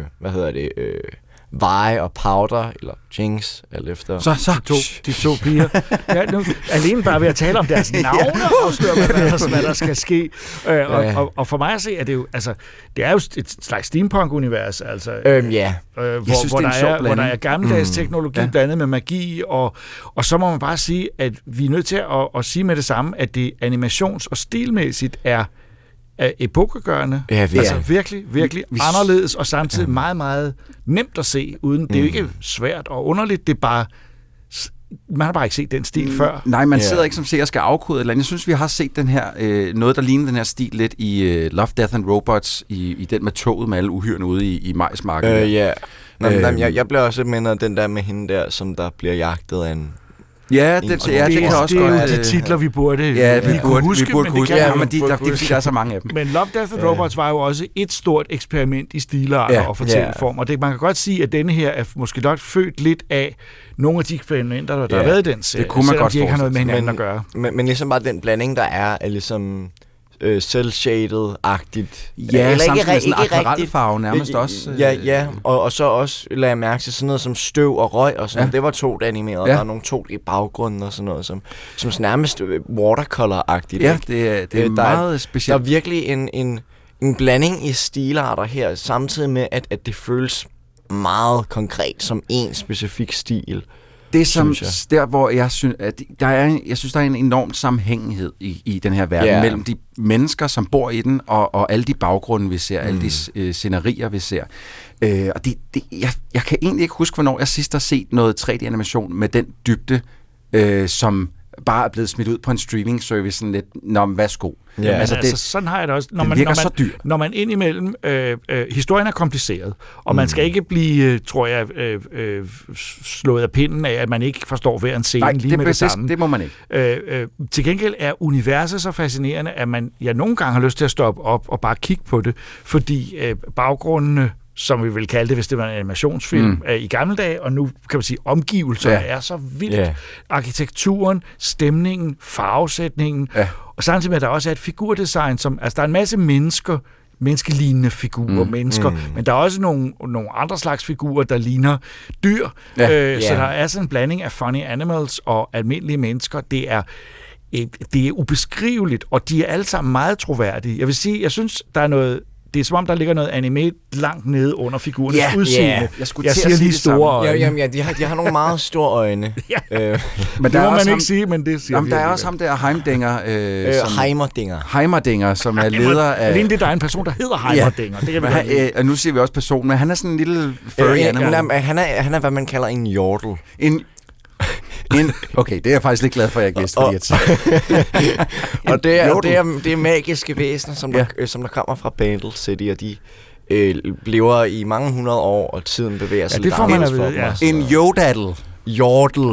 Vi og Powder, eller Jinx, alt efter. De to piger. Ja, nu, alene bare ved at tale om deres navne, afslører hvad der skal ske. Og for mig at se, er det jo, altså, det er jo et slags steampunk-univers, altså. Hvor der er gammeldags teknologi blandet med magi, og så må man bare sige, at vi er nødt til at sige med det samme, at det animations- og stilmæssigt er epokegørende. Altså virkelig, virkelig anderledes, og samtidig meget, meget nemt at se, uden det er jo ikke svært og underligt, det er bare man har bare ikke set den stil før. Nej, man sidder ikke som ser og skal afkode eller andet. Jeg synes, vi har set den her, noget der ligner den her stil lidt i Love, Death and Robots, i den med toget med alle uhyrene ude i majsmarken. Jeg bliver også mindet den der med hende der, som der bliver jagtet af en... Ja, det kan også godt. Det er jo de titler, vi burde huske, men det kan der er så mange af dem. Men Love, Death and Robots var jo også et stort eksperiment i stilart og fortælleform, og man kan godt sige, at denne her er måske nok født lidt af nogle af de eksperimenter, der har været i den serie, det kunne man godt de ikke har noget med hinanden at gøre. Men ligesom bare den blanding, der er ligesom cel-shaded-agtigt. Ja, samtidig med sådan akvarelfarve nærmest også. Ja, og så også lagde jeg mærke til sådan noget som støv og røg og sådan noget. Det var 2D-animeret, der er nogle 2D-baggrunden og sådan noget, som nærmest watercolor-agtigt. Ja, det er meget specielt. Der er virkelig en blanding i stilarter her, samtidig med, at det føles meget konkret som en specifik stil. Det som der, hvor jeg synes, at der er en enorm sammenhængighed i den her verden mellem de mennesker, som bor i den, og alle de baggrunde, vi ser, alle de scenerier, vi ser. Og jeg kan egentlig ikke huske, hvornår jeg sidst har set noget 3D-animation med den dybde, som bare er blevet smidt ud på en streaming service sådan lidt, værsgo. Ja. Altså, sådan har jeg det også. Når man indimellem, historien er kompliceret, og man skal ikke blive, tror jeg, slået af pinden af, at man ikke forstår hver en scene lige med det samme. Det må man ikke. Til gengæld er universet så fascinerende, at jeg nogle gange har lyst til at stoppe op og bare kigge på det, fordi baggrundene, som vi vil kalde det, hvis det var en animationsfilm i gamle dage, og nu kan man sige, omgivelserne er så vildt. Yeah. Arkitekturen, stemningen, farvesætningen, og samtidig med, at der også er et figurdesign, der er en masse menneskelignende figurer, men der er også nogle andre slags figurer, der ligner dyr, så der er sådan en blanding af funny animals og almindelige mennesker. Det er ubeskriveligt, og de er alle sammen meget troværdige. Jeg vil sige, jeg synes, der er noget. Det er som om, der ligger noget anime langt nede under figurernes udseende. Jeg siger lige store øjne. Ja, de har nogle meget store øjne. Men det må man ikke sige, men det siger der er også ham der Heimerdinger, som er leder af... Alene det, der er en person, der hedder Heimerdinger. Og nu siger vi også personen, men han er sådan en lille furry animal. Han er, hvad man kalder en yordle. Okay, det er jeg faktisk lidt glad for, at jeg ikke vidste, fordi og det er magiske væsener, som der kommer fra Bandle City, og de lever i mange hundrede år, og tiden bevæger sig lidt anderledes for dem. En Yodaddle. Yordle.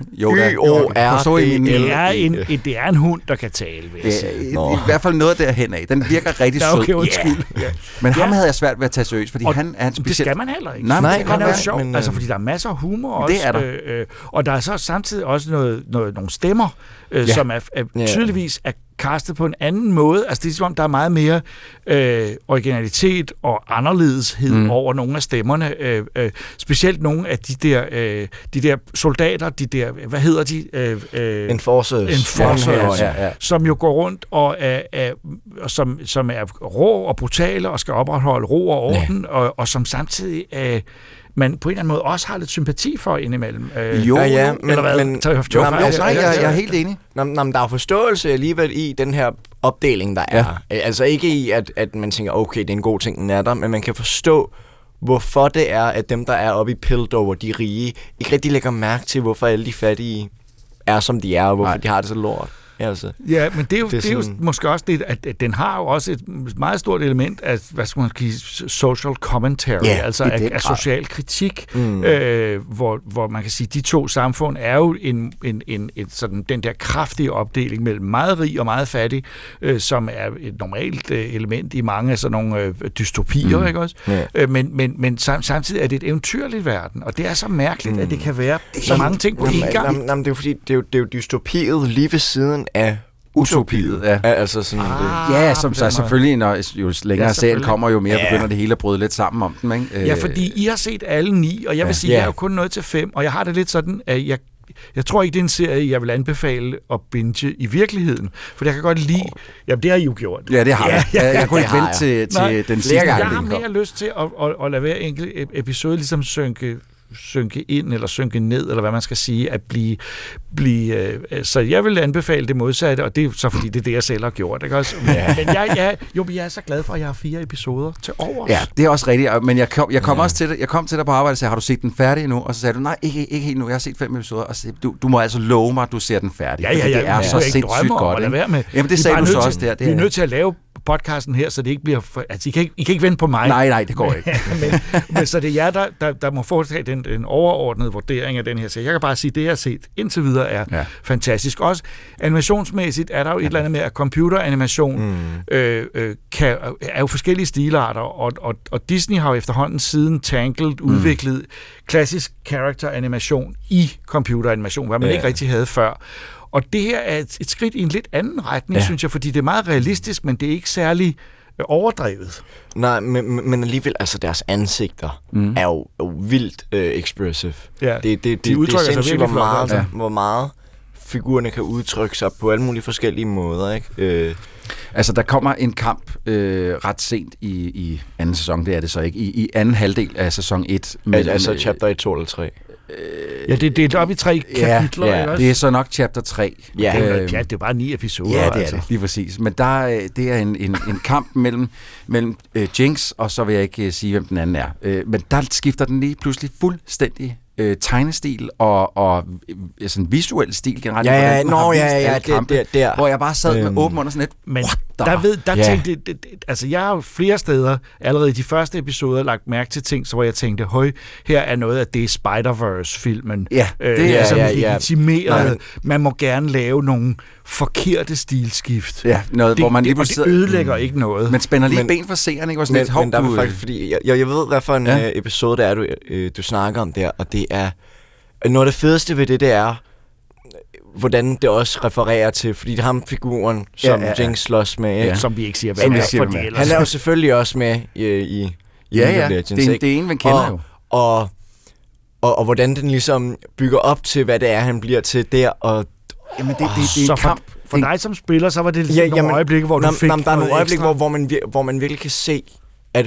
Det er en hund, der kan tale, vil jeg sige. I hvert fald noget derhen af. Den virker rigtig sød. Okay, undskyld. Men ham havde jeg svært ved at tage seriøst, fordi han er en speciel... Det skal man heller ikke. Nej, han er jo sjov, fordi der er masser af humor også. Det er der. Og der er så samtidig også nogle stemmer, som er tydeligvis er castet på en anden måde. Altså det er som om, der er meget mere originalitet og anderledeshed over nogle af stemmerne. Specielt nogle af de der soldater, hvad hedder de? Enforcers. Som jo går rundt og som er rå og brutale og skal opretholde ro og orden, og som samtidig man på en eller anden måde også har lidt sympati for indimellem. Jeg er helt enig. Der er forståelse alligevel i den her opdeling, der er. Altså ikke i, at man tænker, okay, det er en god ting, den er der, men man kan forstå, hvorfor det er, at dem, der er oppe i Piltover, de rige, ikke rigtig lægger mærke til, hvorfor alle de fattige er, som de er, og hvorfor de har det så lort. Altså, ja, men det er jo måske også det, at den har jo også et meget stort element af, hvad skal man sige, social commentary, altså af social kritik, hvor man kan sige, de to samfund er jo en sådan, den der kraftige opdeling mellem meget rig og meget fattig, som er et normalt element i mange af sådan nogle dystopier, ikke også? Men samtidig er det et eventyrligt verden, og det er så mærkeligt, at det kan være så mange ting på én gang. Det er jo fordi, det er jo dystopiet lige ved siden af utopiet. Altså sådan som så selvfølgelig, når jo længere serien kommer, jo mere begynder det hele at bryde lidt sammen om den, ikke? Ja, fordi I har set alle 9, og jeg vil sige, jeg er jo kun nået til 5, og jeg har det lidt sådan, at jeg tror ikke, det er en serie, jeg vil anbefale at binge i virkeligheden. For jeg kan godt lide... Jamen, det har I jo gjort. Ja, det har jeg. Jeg kunne ikke vente til den sidste gang. Jeg har mere lyst til at lade hver enkelt episode ligesom synke ind eller synke ned, eller hvad man skal sige, at blive så jeg vil anbefale det modsatte, og det er så fordi, det er det, jeg selv har gjort, ikke også? Men jeg er så glad for, at jeg har 4 episoder til overs. Ja, det er også rigtigt, men jeg kom også til det. Jeg kom til dig på arbejde og sagde, har du set den færdig nu? Og så sagde du, nej, ikke helt nu, jeg har set 5 episoder, og så du må altså love mig, at du ser den færdig. Det er så sindssygt godt, ikke? Jamen, det sagde du så også der. Vi er nødt til at lave podcasten her, så det ikke bliver... Altså, I kan ikke vente på mig. Nej, det går ikke. men så det er jer, der må foretage den overordnede vurdering af den her serie. Jeg kan bare sige, at det, jeg har set indtil videre, er fantastisk. Også animationsmæssigt er der jo et eller andet med, at computeranimation er jo forskellige stilarter, og Disney har jo efterhånden siden Tangled udviklet klassisk character-animation i computeranimation, hvad man ikke rigtig havde før. Og det her er et skridt i en lidt anden retning, synes jeg, fordi det er meget realistisk, men det er ikke særlig overdrevet. Nej, men alligevel, altså deres ansigter er jo vildt expressive. Ja, de udtrykker sig virkelig flot, hvor meget figurerne kan udtrykke sig på alle mulige forskellige måder, ikke? Altså, der kommer en kamp ret sent i anden sæson, det er det så ikke, i anden halvdel af sæson 1. Altså chapter 1, 2 eller 3? Ja, det er delt op i 3 kapitler. Ja, det er så nok chapter 3. Ja, det er bare 9 episoder. Ja, det er det, lige præcis. Men det er en kamp mellem Jinx, og så vil jeg ikke sige, hvem den anden er. Men der skifter den lige pludselig fuldstændig tegnestil og sådan visuel stil generelt. Der. Hvor jeg bare sad med åben under sådan et. Men der tænkte altså jeg har flere steder allerede i de første episoder lagt mærke til ting, så hvor jeg tænkte, her er noget af det Spider-Verse-filmen. Ja, det er sådan legitimeret. Man må gerne lave nogle forkerte stilskift. Ja, noget, hvor man lige pludselig ødelægger ikke noget. Men spænder lige ben for seeren, ikke? Men der er faktisk, fordi jeg ved, hvad for en episode det er, du snakker om der, og det er noget af det fedeste ved det er, hvordan det også refererer til, fordi det er ham figuren, som Jinx slås med. Ja. Som vi ikke siger, hvad han er. Han er jo selvfølgelig også med i Legends, det er en, man kender jo. Og hvordan den ligesom bygger op til, hvad det er, han bliver til der, og jamen, det er en kamp. For dig som spiller, så var det nogle øjeblikke, hvor du fik der er nogle øjeblikke, hvor man virkelig kan se, at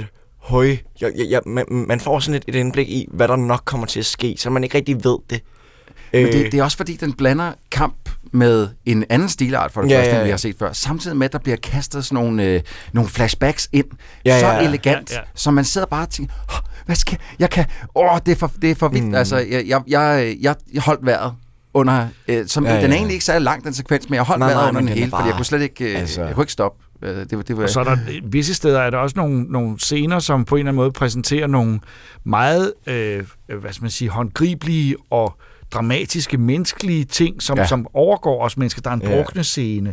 man får sådan et indblik i, hvad der nok kommer til at ske, så man ikke rigtig ved det. Men det er også fordi, den blander kamp med en anden stilart for det første, end vi har set før. Samtidig med, at der bliver kastet sådan nogle flashbacks ind. Så elegant, så man sidder bare og tænker, hvad skal jeg kan... det er for vildt. Altså, jeg holdt vejret under... Den er egentlig ikke så langt, den sekvens, men jeg holdt vejret under den hele, fordi jeg kunne slet ikke... Jeg kunne ikke stoppe. Og så er der visse steder er der også nogle scener, som på en eller anden måde præsenterer nogle meget, håndgribelige og dramatiske, menneskelige ting, som overgår os mennesker. Der er en druknescene,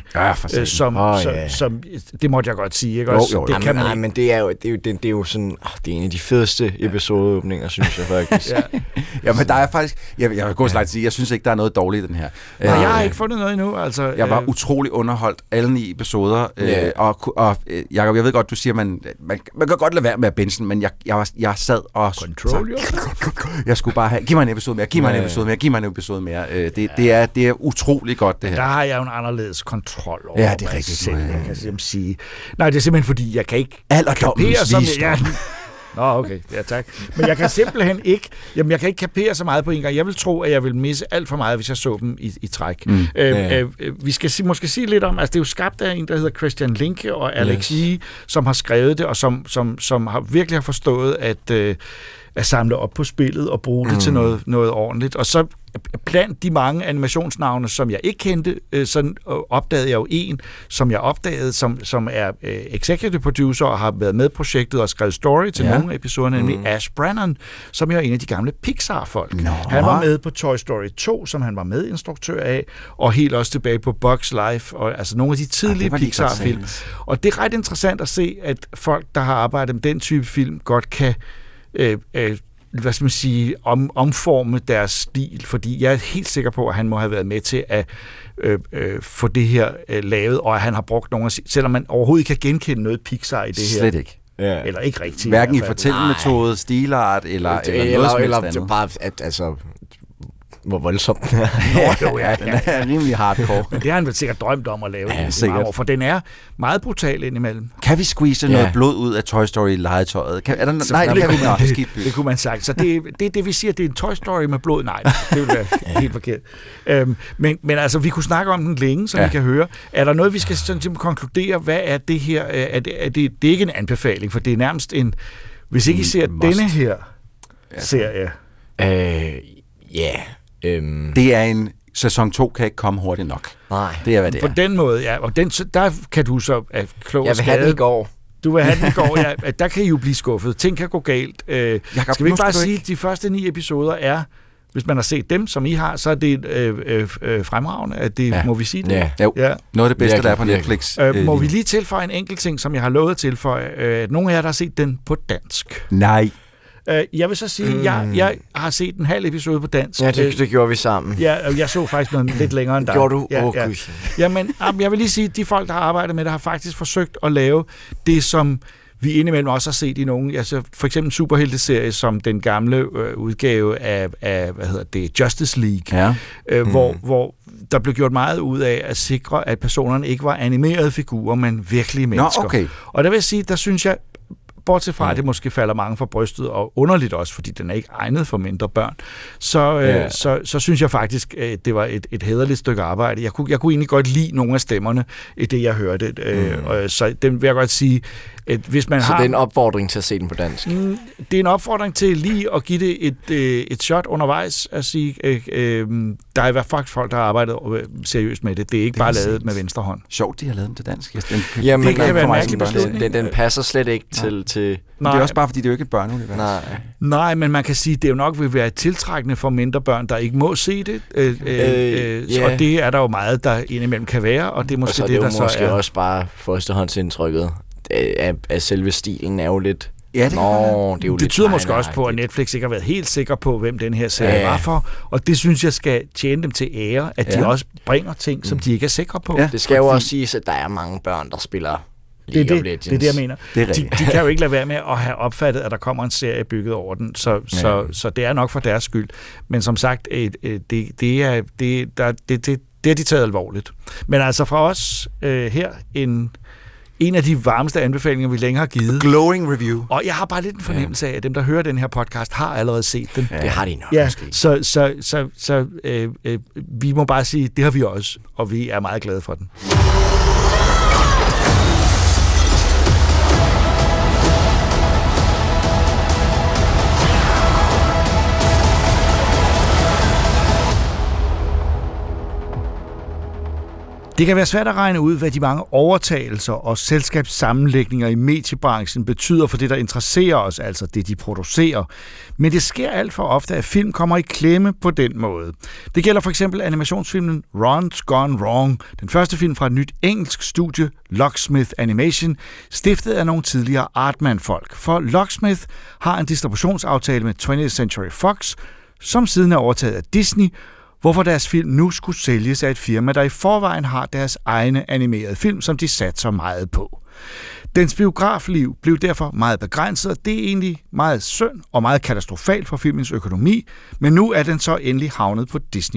som det måtte jeg godt sige, ikke? Jo. Det kan man men det er jo sådan, det er en af de fedeste episodeåbninger, synes jeg faktisk. Ja, men der er faktisk, jeg vil gå så langt til at sige, jeg synes ikke, der er noget dårligt i den her. Nej, jeg har ikke fundet noget endnu. Altså, jeg var utrolig underholdt alle 9 episoder, og Jacob, jeg ved godt, du siger, man kan godt lade være med at binge, men jeg sad og... Control jeg skulle bare have, giv mig en episode mere, giv mig en episode mere. Det er utrolig godt, det her. Der har jeg jo en anderledes kontrol over. Ja, det er rigtigt. Selv, jeg kan simpelthen sige. Nej, det er simpelthen fordi, jeg kan ikke kapere som... Nå, okay. Ja, tak. Men jeg kan simpelthen ikke... Jamen, jeg kan ikke kapere så meget på en gang. Jeg vil tro, at jeg vil misse alt for meget, hvis jeg så dem i træk. Vi skal måske sige lidt om... Altså, det er jo skabt af en, der hedder Christian Linke og Alex Yee, som har skrevet det, og som har virkelig har forstået at samle op på spillet og bruge det til noget ordentligt. Og så blandt de mange animationsnavne, som jeg ikke kendte, så opdagede jeg jo en, som jeg opdagede, som er executive producer og har været med i projektet og skrevet story til nogle af episoderne, nemlig Ash Brannon, som er en af de gamle Pixar-folk. Han var med på Toy Story 2, som han var medinstruktør af, og helt også tilbage på Bugs Life, og altså nogle af de tidlige Pixar-film. Og det er ret interessant at se, at folk, der har arbejdet med den type film, godt kan omforme deres stil, fordi jeg er helt sikker på, at han må have været med til at få det her lavet, og at han har brugt nogle af selvom man overhovedet ikke kan genkende noget Pixar i det her. Slet ikke. Eller ikke rigtigt. Hverken i fortællemetode, stilart, eller eller bare, altså hvor voldsomt den er. Den er rimelig hardcore. Men det har han vel sikkert drømt om at lave i mange år, for den er meget brutal indimellem. Kan vi squeeze noget blod ud af Toy Story-legetøjet? Det kunne man sagt. Så det er det, vi siger, det er en Toy Story med blod. Nej, det vil være helt forkert. Men altså, vi kunne snakke om den længe, som vi kan høre. Er der noget, vi skal sådan konkludere? Hvad er det her? Det er ikke en anbefaling, for det er nærmest en... Hvis ikke I ser denne her serie... Det er en sæson 2 kan ikke komme hurtigt nok. Nej. Det er, hvad det er. På den måde, ja. Og der kan du så klog jeg vil have den i går. Du vil have den i går, ja. Der kan I jo blive skuffet. Ting kan gå galt. Skal vi ikke bare sige, at de første 9 episoder er, hvis man har set dem, som I har, så er det fremragende. At det, må vi sige det? Ja. Noget af det bedste, der er på Netflix. Må vi lige tilføje en enkelt ting, som jeg har lovet at tilføje. Nogle af jer, der har set den på dansk. Nej. Jeg vil så sige, jeg har set en halv episode på dansk. Ja, det gjorde vi sammen. Ja, og jeg så faktisk noget lidt længere end dig. Gjorde du? Ja. Jamen, jeg vil lige sige, at de folk, der har arbejdet med det, har faktisk forsøgt at lave det, som vi indimellem også har set i nogle, altså for eksempel en superhelteserie, som den gamle udgave af hvad hedder det, Justice League, hvor der blev gjort meget ud af at sikre, at personerne ikke var animerede figurer, men virkelige mennesker. Nå, okay. Og der vil jeg sige, der synes jeg, bortset fra, at det måske falder mange for brystet, og underligt også, fordi den er ikke egnet for mindre børn, så synes jeg faktisk, at det var et hæderligt stykke arbejde. Jeg kunne egentlig godt lide nogle af stemmerne i det, jeg hørte. Så den vil jeg godt sige, at hvis man så det er en opfordring til at se den på dansk? Det er en opfordring til lige at give det et shot undervejs, at sige, der er i hvert fald folk, der har arbejdet seriøst med det. Det er ikke bare lavet med venstre hånd. Sjovt, de har lavet den til dansk. Jamen, det kan være den passer slet ikke til... Men det er også bare, fordi det er jo ikke et børneunivers. Nej, men man kan sige, at det jo nok vil være tiltrækkende for mindre børn, der ikke må se det. Og det er der jo meget, der indimellem kan være, og det er måske det, der så er... måske også bare førstehåndsindtrykket af selve stilen er jo lidt... Ja, det tyder måske også på, at Netflix ikke har været helt sikker på, hvem den her serie var for, og det synes jeg skal tjene dem til ære, at de også bringer ting, som de ikke er sikre på. Ja. Det skal jo også siges, at der er mange børn, der spiller League of Legends. Det er det, jeg mener. De kan jo ikke lade være med at have opfattet, at der kommer en serie bygget over den, så det er nok for deres skyld. Men som sagt, det har de taget alvorligt. Men altså fra os her en af de varmeste anbefalinger, vi længe har givet. Glowing review. Og jeg har bare lidt en fornemmelse af, at dem, der hører den her podcast, har allerede set den. Det har de nok. Ja, så vi må bare sige, det har vi også, og vi er meget glade for den. Det kan være svært at regne ud, hvad de mange overtagelser og selskabssammenlægninger i mediebranchen betyder for det, der interesserer os, altså det, de producerer. Men det sker alt for ofte, at film kommer i klemme på den måde. Det gælder for eksempel animationsfilmen Ron's Gone Wrong, den første film fra et nyt engelsk studie, Locksmith Animation, stiftet af nogle tidligere Aardman-folk. For Locksmith har en distributionsaftale med 20th Century Fox, som siden er overtaget af Disney, hvorfor deres film nu skulle sælges af et firma, der i forvejen har deres egne animerede film, som de satser meget på. Dens biografliv blev derfor meget begrænset, og det er egentlig meget synd og meget katastrofalt for filmens økonomi, men nu er den så endelig havnet på Disney+.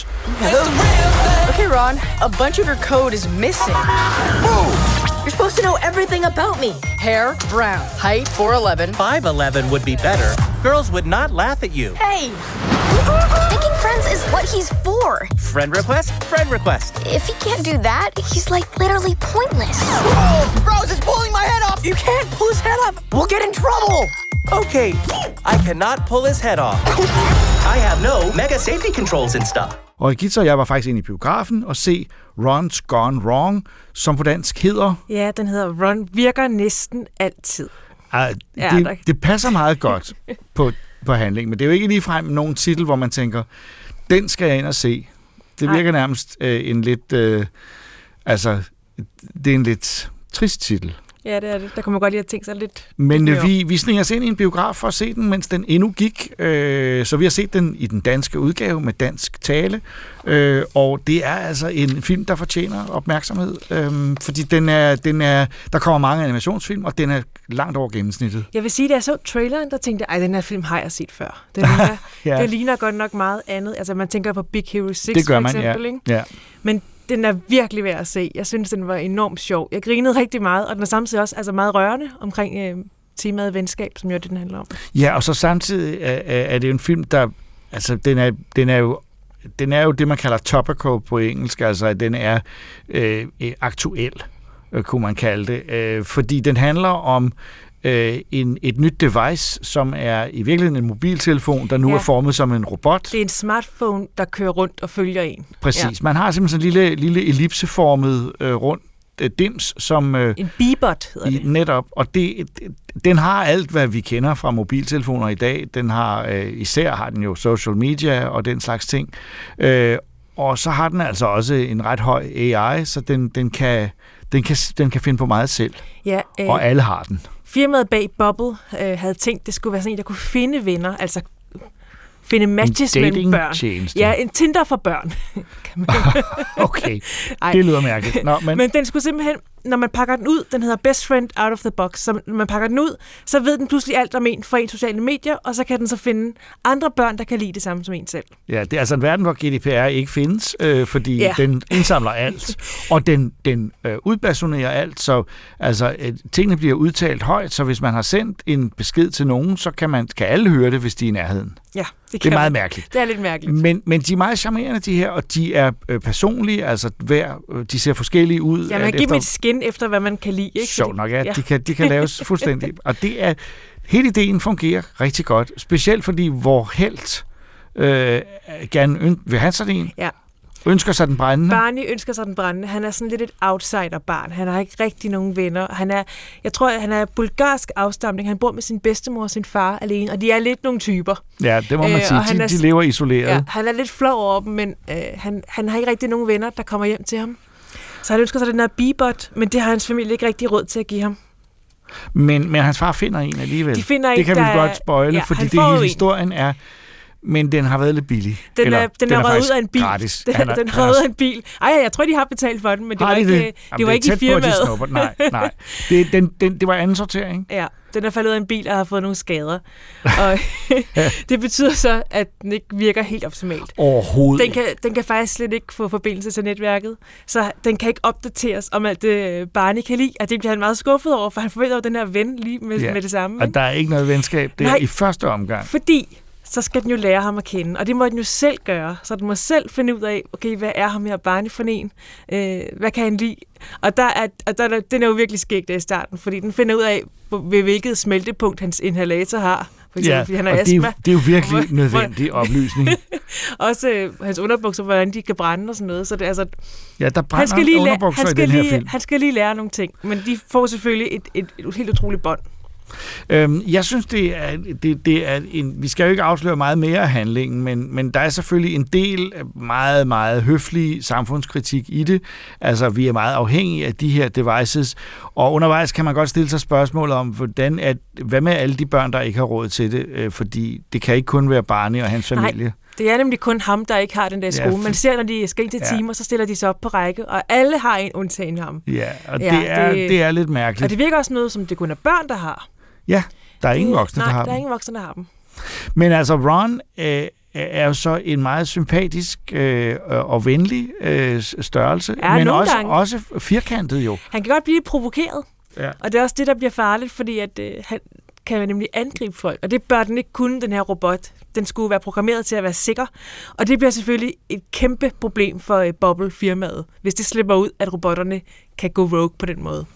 Okay, Ron, a bunch of your code is missing. You're supposed to know everything about me. Hair, brown. Height, 4'11". 5'11" would be better. Girls would not laugh at you. Hey! Making friends is what he's for. Friend request? Friend request. If he can't do that, he's like literally pointless. Oh, Rose is pulling my head off! You can't pull his head off! We'll get in trouble! Okay, I cannot pull his head off. I have no mega safety controls and stuff. Og Gitta og jeg var faktisk inde i biografen og se Ron's Gone Wrong, som på dansk hedder... Ja, den hedder Ron virker næsten altid. Det passer meget godt på handling, men det er jo ikke ligefrem nogen titel, hvor man tænker, den skal jeg ind og se. Det virker nærmest en lidt... det er en lidt trist titel. Ja, det er det. Der kunne man godt lige have tænkt sig lidt... Men vi sniger os ind i en biograf for at se den, mens den endnu gik. Så vi har set den i den danske udgave med dansk tale. Og det er altså en film, der fortjener opmærksomhed. Fordi der kommer mange animationsfilm, og den er langt over gennemsnittet. Jeg vil sige, da jeg så traileren, der tænkte jeg, den her film har jeg set før. Det ligner godt nok meget andet. Altså man tænker på Big Hero 6 det gør for eksempel. Man, ja. Men den er virkelig værd at se. Jeg synes, den var enormt sjov. Jeg grinede rigtig meget, og den er samtidig også meget rørende omkring temaet venskab, som jo det, den handler om. Ja, og så samtidig er det jo en film, der... Altså, den er jo det, man kalder topical på engelsk, altså den er aktuel, kunne man kalde det. Fordi den handler om et nyt device, som er i virkeligheden en mobiltelefon, der nu er formet som en robot. Det er en smartphone, der kører rundt og følger en. Præcis. Ja. Man har simpelthen sådan en lille ellipseformet rund dims, som... en Beebot hedder det. Netop. Og den har alt, hvad vi kender fra mobiltelefoner i dag. Den har, især har den jo social media og den slags ting. Og så har den altså også en ret høj AI, så den kan finde på meget selv. Ja, og alle har den. Firmaet bag Bubble havde tænkt, det skulle være sådan en, der kunne finde venner, altså finde matches mellem børn. Ja, en Tinder for børn. Okay, det lyder mærkeligt. Men den skulle simpelthen, når man pakker den ud, den hedder Best Friend Out of the Box, så når man pakker den ud, så ved den pludselig alt om en fra en sociale medier, og så kan den så finde andre børn, der kan lide det samme som en selv. Ja, det er altså en verden, hvor GDPR ikke findes, fordi den indsamler alt, og den udbasunerer alt, så altså, tingene bliver udtalt højt, så hvis man har sendt en besked til nogen, så kan alle høre det, hvis de er i nærheden. Ja, det er meget mærkeligt. Det er lidt mærkeligt. Men de er meget charmerende, de her, og de er personlige, altså de ser forskellige ud. Ja, man kan give dem et skin efter, hvad man kan lide. Ikke? Sjovt nok, ja. De kan laves fuldstændig. Og det er, hele ideen fungerer rigtig godt, specielt fordi vor helt gerne vil have sådan en. Ja. Ønsker sig den brændende? Barney ønsker sig den brændende. Han er sådan lidt et outsider-barn. Han har ikke rigtig nogen venner. Jeg tror, han er bulgarsk afstamning. Han bor med sin bedstemor og sin far alene, og de er lidt nogle typer. Ja, det må man sige. De lever isoleret. Ja, han er lidt flov over dem, men han har ikke rigtig nogen venner, der kommer hjem til ham. Så han ønsker sig den her Bebot, men det har hans familie ikke rigtig råd til at give ham. Men hans far finder en alligevel. De finder det kan vi godt spoile, fordi det hele historien er... Men den har været lidt billig. Den er røget ud af en bil. Gratis. Den er røget ud af en bil. Jeg tror, de har betalt for den, men det var ikke i firmaet. Nej. Det var anden sortering. Ja, den er faldet ud af en bil og har fået nogle skader. Og det betyder så, at den ikke virker helt optimalt. Overhovedet. Den kan faktisk slet ikke få forbindelse til netværket, så den kan ikke opdateres om alt det Barney kan lide, og det bliver han meget skuffet over, for han forventer jo den her ven lige med det samme. Og der er ikke noget venskab der i første omgang. Fordi så skal den jo lære ham at kende, og det må den jo selv gøre, så den må selv finde ud af, okay, hvad er ham her Barney for en? Hvad kan han lide? Og den er jo virkelig skægt i starten, fordi den finder ud af, ved hvilket smeltepunkt hans inhalator har. For eksempel, fordi han har astma. Det er jo virkelig nødvendig oplysning. Også hans underbukser, hvordan de kan brænde og sådan noget. Så det, altså, ja, der brænder underbukser i den her film. Han skal lige lære nogle ting, men de får selvfølgelig et helt utroligt bånd. Jeg synes, det er vi skal jo ikke afsløre meget mere af handlingen, men der er selvfølgelig en del meget, meget høflig samfundskritik i det. Altså, vi er meget afhængige af de her devices, og undervejs kan man godt stille sig spørgsmål om, hvad med alle de børn, der ikke har råd til det, fordi det kan ikke kun være Barney og hans familie. Nej. Det er nemlig kun ham, der ikke har den der skole. Man ser, når de skal ind til timer, så stiller de sig op på række, og alle har en undtagen ham. Ja, og det er lidt mærkeligt. Og det virker også noget, som det kun er børn, der har. Ja, der er ingen voksne, der har dem. Nej, der er ingen voksne, der har dem. Men altså, Ron er jo så en meget sympatisk og venlig størrelse, men også firkantet jo. Han kan godt blive provokeret, og det er også det, der bliver farligt, fordi at han kan nemlig angribe folk, og det bør den ikke kunne, den her robot. Den skulle være programmeret til at være sikker, og det bliver selvfølgelig et kæmpe problem for Bubble-firmaet, hvis det slipper ud, at robotterne kan gå rogue på den måde.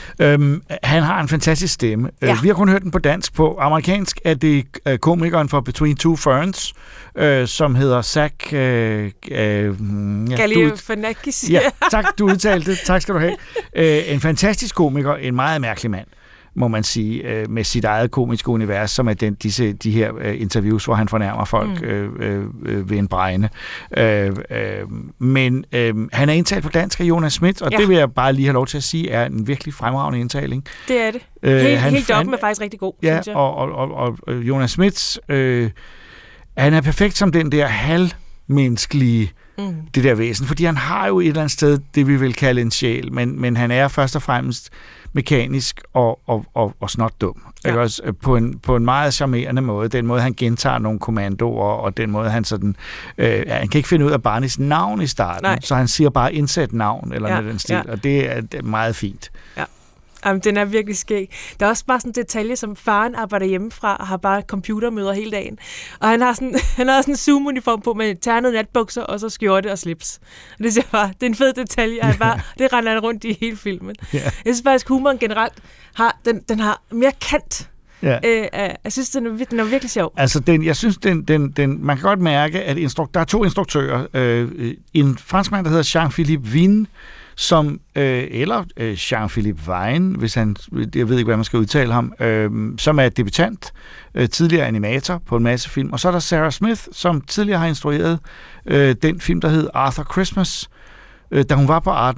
Han har en fantastisk stemme. Ja. Vi har kun hørt den på dansk. På amerikansk er det komikeren for Between Two Ferns, som hedder Zach Galifianakis. Ja, tak, du udtalte det. Tak skal du have. En fantastisk komiker, en meget mærkelig mand, må man sige, med sit eget komiske univers, som er de her interviews, hvor han fornærmer folk ved en bregne. Men han er indtalt på dansk af Jonas Schmidt, og det vil jeg bare lige have lov til at sige, er en virkelig fremragende indtaling. Det er det. Helt op med faktisk rigtig god, synes jeg. Og Jonas Schmidt, han er perfekt som den der halvmenneskelige det der væsen, fordi han har jo et eller andet sted det, vi vil kalde en sjæl, men han er først og fremmest mekanisk og snot dum. Ja. Også på en meget charmerende måde. Den måde, han gentager nogle kommandoer, og den måde, han sådan... han kan ikke finde ud af Barneys navn i starten, så han siger bare indsæt navn, eller noget den stil, og det er meget fint. Ja. Jamen, den er virkelig skæg. Der er også bare sådan en detalje, som faren arbejder hjemmefra og har bare computermøder hele dagen. Og han har sådan en Zoom-uniform på med ternede natbukser og så skjorte og slips. Og det siger bare, det er en fed detalje, og det render han rundt i hele filmen. Yeah. Jeg synes faktisk, humoren generelt den har mere kant. Yeah. Jeg synes, den er virkelig sjov. Altså, jeg synes, man kan godt mærke, at der er 2 instruktører. En franskmand, der hedder Jean-Philippe Vin, eller Jean-Philippe Wein, hvis han, jeg ved ikke, hvad man skal udtale ham, som er debutant, tidligere animator på en masse film. Og så er der Sarah Smith, som tidligere har instrueret den film, der hed Arthur Christmas, da hun var på Artman.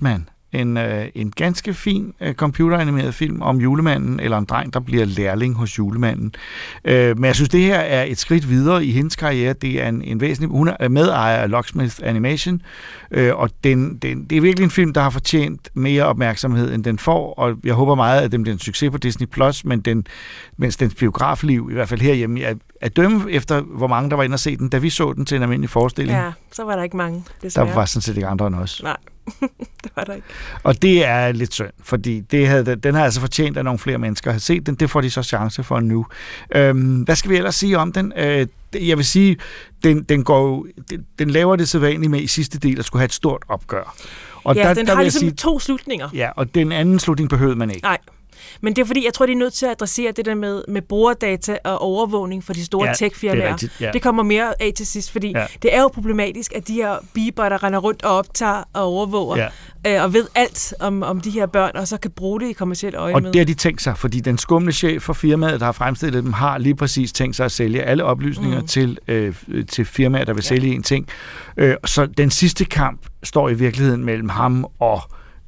en ganske fin computeranimeret film om julemanden, eller en dreng, der bliver lærling hos julemanden. Men jeg synes, det her er et skridt videre i hendes karriere. Det er en væsentlig... Hun er medejer af Locksmith Animation, og det er virkelig en film, der har fortjent mere opmærksomhed, end den får, og jeg håber meget, at den bliver en succes på Disney+, mens dens biografliv, i hvert fald herhjemme, at dømme efter, hvor mange der var inde og se den, da vi så den til en almindelig forestilling. Ja, så var der ikke mange, desværre. Der var sådan set ikke andre end os. Nej, det var der ikke. Og det er lidt synd, fordi den har altså fortjent, at nogle flere mennesker har set den. Det får de så chance for nu. Hvad skal vi ellers sige om den? Jeg vil sige, den laver det sædvanligt med i sidste del at skulle have et stort opgør. Og ja, den har ligesom 2 slutninger. Ja, og den anden slutning behøvede man ikke. Nej. Men det er fordi, jeg tror, de er nødt til at adressere det der med brugerdata og overvågning for de store tech-firmaer. Det kommer mere af til sidst, fordi det er jo problematisk, at de her biber, der render rundt og optager og overvåger, og ved alt om de her børn, og så kan bruge det i kommercielt øje med. Og det har de tænkt sig, fordi den skumle chef for firmaet, der har fremstillet dem, har lige præcis tænkt sig at sælge alle oplysninger til firmaer, der vil sælge en ting. Så den sidste kamp står i virkeligheden mellem ham og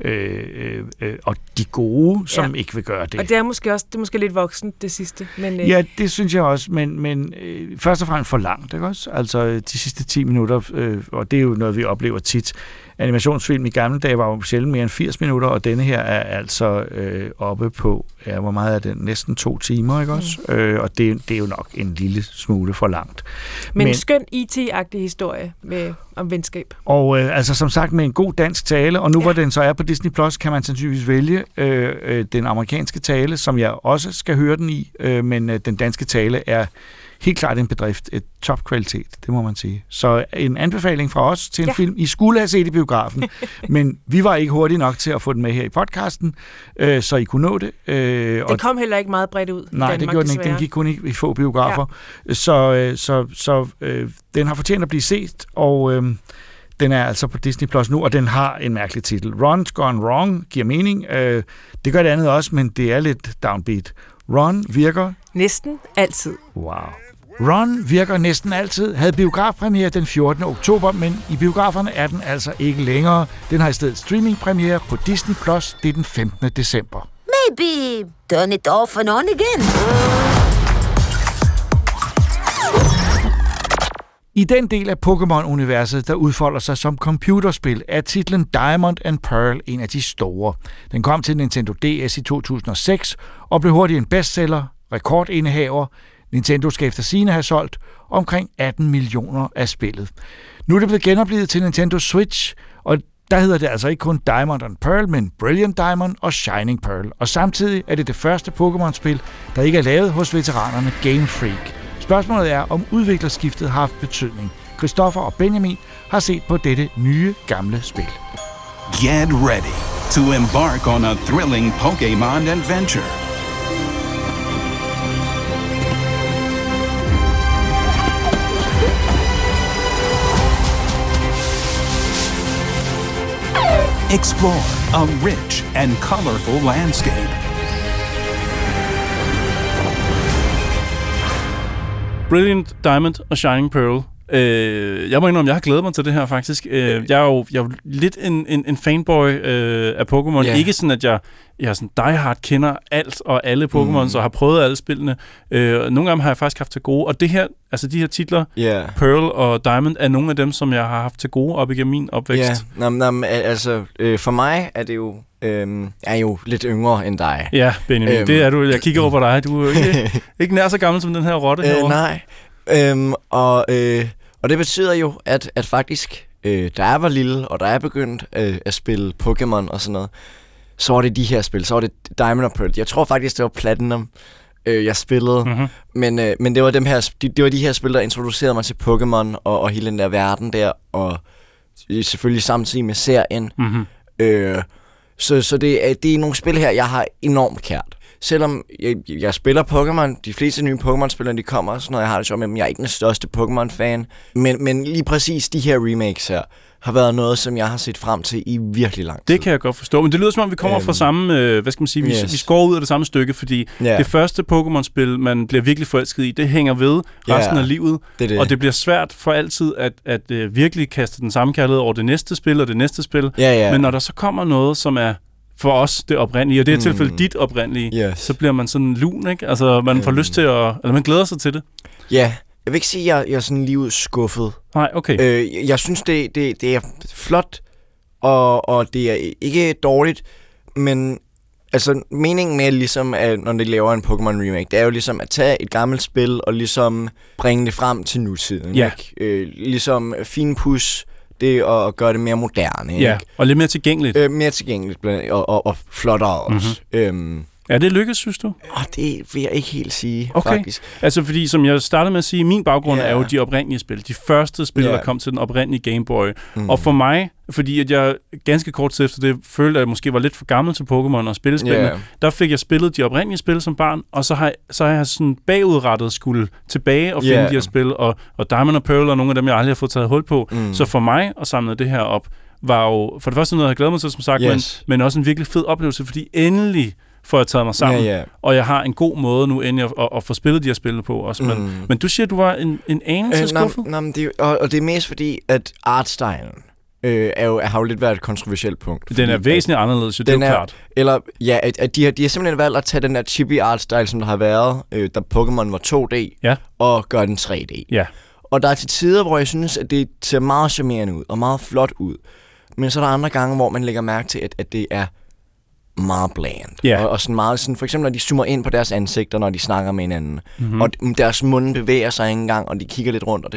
de gode, som ikke vil gøre det. Og det er måske lidt voksent, det sidste. Men, ja, det synes jeg også, men først og fremmest for langt, ikke også? Altså de sidste 10 minutter, og det er jo noget, vi oplever tit. Animationsfilm i gamle dage var jo sjældent mere end 80 minutter, og denne her er altså oppe på, hvor meget er det? Næsten 2 timer, ikke også? Og det er jo nok en lille smule for langt. Men en skøn IT-agtig historie om venskab. Og altså som sagt med en god dansk tale, og nu hvor den så er på Disney+, kan man sandsynligvis vælge den amerikanske tale, som jeg også skal høre den i, men den danske tale er helt klart en bedrift, et topkvalitet, det må man sige. Så en anbefaling fra os til en film, I skulle have set i biografen, men vi var ikke hurtige nok til at få den med her i podcasten, så I kunne nå det. Den kom heller ikke meget bredt ud. Nej, det gjorde den ikke. Den gik kun i få biografer. Ja. Så den har fortjent at blive set, og den er altså på Disney Plus nu, og den har en mærkelig titel. Ron's Gone Wrong giver mening. Det gør det andet også, men det er lidt downbeat. Ron virker... Næsten altid. Wow. Ron virker næsten altid. Havde biografpremiere den 14. oktober, men i biograferne er den altså ikke længere. Den har i stedet streamingpremiere på Disney Plus. Det er den 15. december. Maybe turn it off and on again. I den del af Pokémon-universet, der udfolder sig som computerspil, er titlen Diamond and Pearl en af de store. Den kom til Nintendo DS i 2006 og blev hurtigt en bestseller, rekordindehaver. Nintendo skal efter sigende have solgt omkring 18 millioner af spillet. Nu er det blevet genoplevet til Nintendo Switch, og der hedder det altså ikke kun Diamond and Pearl, men Brilliant Diamond og Shining Pearl. Og samtidig er det første Pokémon-spil, der ikke er lavet hos veteranerne Game Freak. Spørgsmålet er, om udviklerskiftet har haft betydning. Christoffer og Benjamin har set på dette nye, gamle spil. Get ready to embark on a thrilling Pokémon adventure. Explore a rich and colorful landscape. Brilliant Diamond og Shining Pearl. Jeg må indrømme, jeg har glædet mig til det her faktisk. Jeg er jo lidt en fanboy af Pokémon. Yeah. Ikke sådan, at jeg sådan diehard kender alt og alle Pokémon, og har prøvet alle spillene. Nogle af dem har jeg faktisk haft til gode. Og det her, altså de her titler, Pearl og Diamond, er nogle af dem, som jeg har haft til gode op igennem min opvækst. Altså for mig er det jo er jo lidt yngre end dig. Ja, Benjamin, det er du. Jeg kigger over på dig. Du er ikke nær så gammel som den her rotte herovre. Nej. Og det betyder jo, at faktisk, da jeg var lille, og da jeg begyndte at spille Pokémon og sådan noget, så var det de her spil. Så var det Diamond og Pearl. Jeg tror faktisk, det var Platinum, jeg spillede. Mm-hmm. Men det var det var de her spil, der introducerede mig til Pokémon og hele den der verden der, og selvfølgelig samtidig med serien. Mm-hmm. Så det er nogle spil her, jeg har enormt kært. Selvom jeg spiller Pokémon, de fleste nye Pokémon-spillere, de kommer, så når jeg har det sjovt med dem, jeg er ikke den største Pokémon-fan. Men lige præcis de her remakes her, har været noget, som jeg har set frem til i virkelig lang tid. Det kan jeg godt forstå, men det lyder som om, vi kommer fra samme, hvad skal man sige, vi skår ud af det samme stykke, fordi det første Pokémon-spil, man bliver virkelig forelsket i, det hænger ved resten af livet, det. Og det bliver svært for altid at virkelig kaste den samme kærlighed over det næste spil og det næste spil, men når der så kommer noget, som er for os det oprindelige, og det er i tilfælde dit oprindelige, så bliver man sådan lun, ikke? Altså, man får lyst til eller man glæder sig til det. Ja, jeg vil ikke sige, at jeg er sådan livet skuffet. Nej, okay. Jeg synes, det er flot, og det er ikke dårligt, men altså, meningen med ligesom, at når de laver en Pokémon remake, det er jo ligesom at tage et gammelt spil og ligesom bringe det frem til nutiden. Ja. Ikke? Ligesom finpudse det og gøre det mere moderne. Ja, ikke? og lidt mere tilgængeligt. Mere tilgængeligt og flottere også. Er det lykkes, synes du? Det vil jeg ikke helt sige, okay. faktisk. Altså, fordi som jeg startede med at sige, min baggrund er jo de oprindelige spil. De første spil, der kom til den oprindelige Game Boy. Og for mig, fordi at jeg ganske kort tid efter det følte, at jeg måske var lidt for gammel til Pokémon og spillespillene, der fik jeg spillet de oprindelige spil som barn, og så har jeg sådan bagudrettet skulle tilbage og finde de her spil, og Diamond og Pearl og nogle af dem, jeg aldrig har fået taget hul på. Så for mig at samle det her op, var jo for det første noget, jeg glæder mig til, som sagt, men også en virkelig fed oplevelse, fordi endelig får jeg taget mig sammen, og jeg har en god måde nu endelig at få spillet de her spil på også. Men du siger, at du var en anelse skuffet? Og det er mest fordi, at artstylen har jo lidt været et kontroversielt punkt. Den er væsentligt anderledes, det er jo klart. Eller, at de har simpelthen valgt at tage den der chibi artstyle, som der har været, da Pokémon var 2D, og gøre den 3D. Ja. Og der er til tider, hvor jeg synes, at det ser meget charmerende ud, og meget flot ud. Men så er der andre gange, hvor man lægger mærke til, at det er meget bland. Og sådan meget sådan, for eksempel når de zoomer ind på deres ansigter, når de snakker med hinanden, og deres munde bevæger sig ikke engang, og de kigger lidt rundt,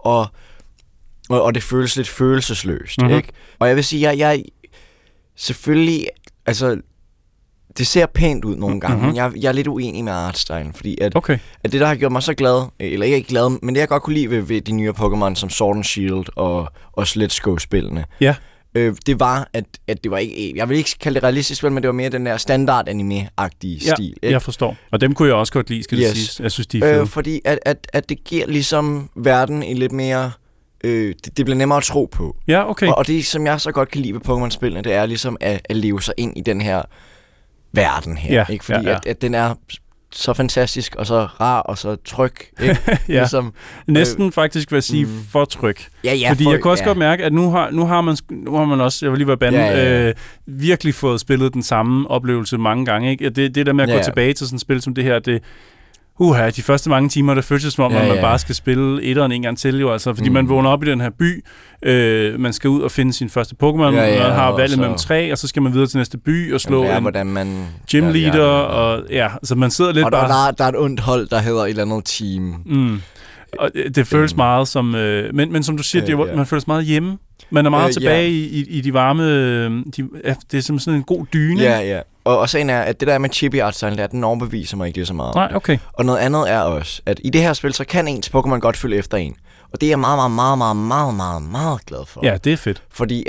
og det føles lidt følelsesløst, ikke? Og jeg vil sige, jeg selvfølgelig, altså, det ser pænt ud nogle gange, men jeg er lidt uenig med artstylen, fordi at det, der har gjort mig så glad, eller ikke glad, men det jeg godt kunne lide ved de nye Pokémon, som Sword and Shield og Let's Go-spillene, det var, at det var ikke, jeg vil ikke kalde det realistisk spil, men det var mere den der standard anime-agtige stil. Ikke? Jeg forstår. Og dem kunne jeg også godt lide, skal det siges. Jeg synes, de er fede. Fordi at det giver ligesom verden en lidt mere, det bliver nemmere at tro på. Ja, okay. Og det, som jeg så godt kan lide ved Pokémon-spillene, det er ligesom at leve sig ind i den her verden her. Ikke? Fordi at den er så fantastisk, og så rar, og så tryg. Ikke? Ligesom, næsten faktisk vil jeg sige for tryg. Fordi jeg kunne også godt mærke, at nu har man også, jeg vil lige være bandet, virkelig fået spillet den samme oplevelse mange gange. Ikke? Det der med at gå tilbage til sådan et spil som det her, de første mange timer, der føles som om, at man bare skal spille etteren en gang til, jo, altså, fordi man vågner op i den her by, man skal ud og finde sin første Pokémon, man har valget mellem 3, og så skal man videre til næste by og slå en gymleader, og så man sidder lidt og bare... der er et ondt hold, der hedder et eller andet team. Og det føles meget som... men som du siger, man føles meget hjemme. Man er meget tilbage i de varme... det er som sådan en god dyne. Ja. Og sagen er, at det der med chibi art-style, den overbeviser mig ikke lige så meget. Nej, okay. Og noget andet er også, at i det her spil, så kan ens Pokémon godt følge efter en. Og det er jeg meget, meget, meget, meget, meget, meget glad for. Ja, det er fedt. Fordi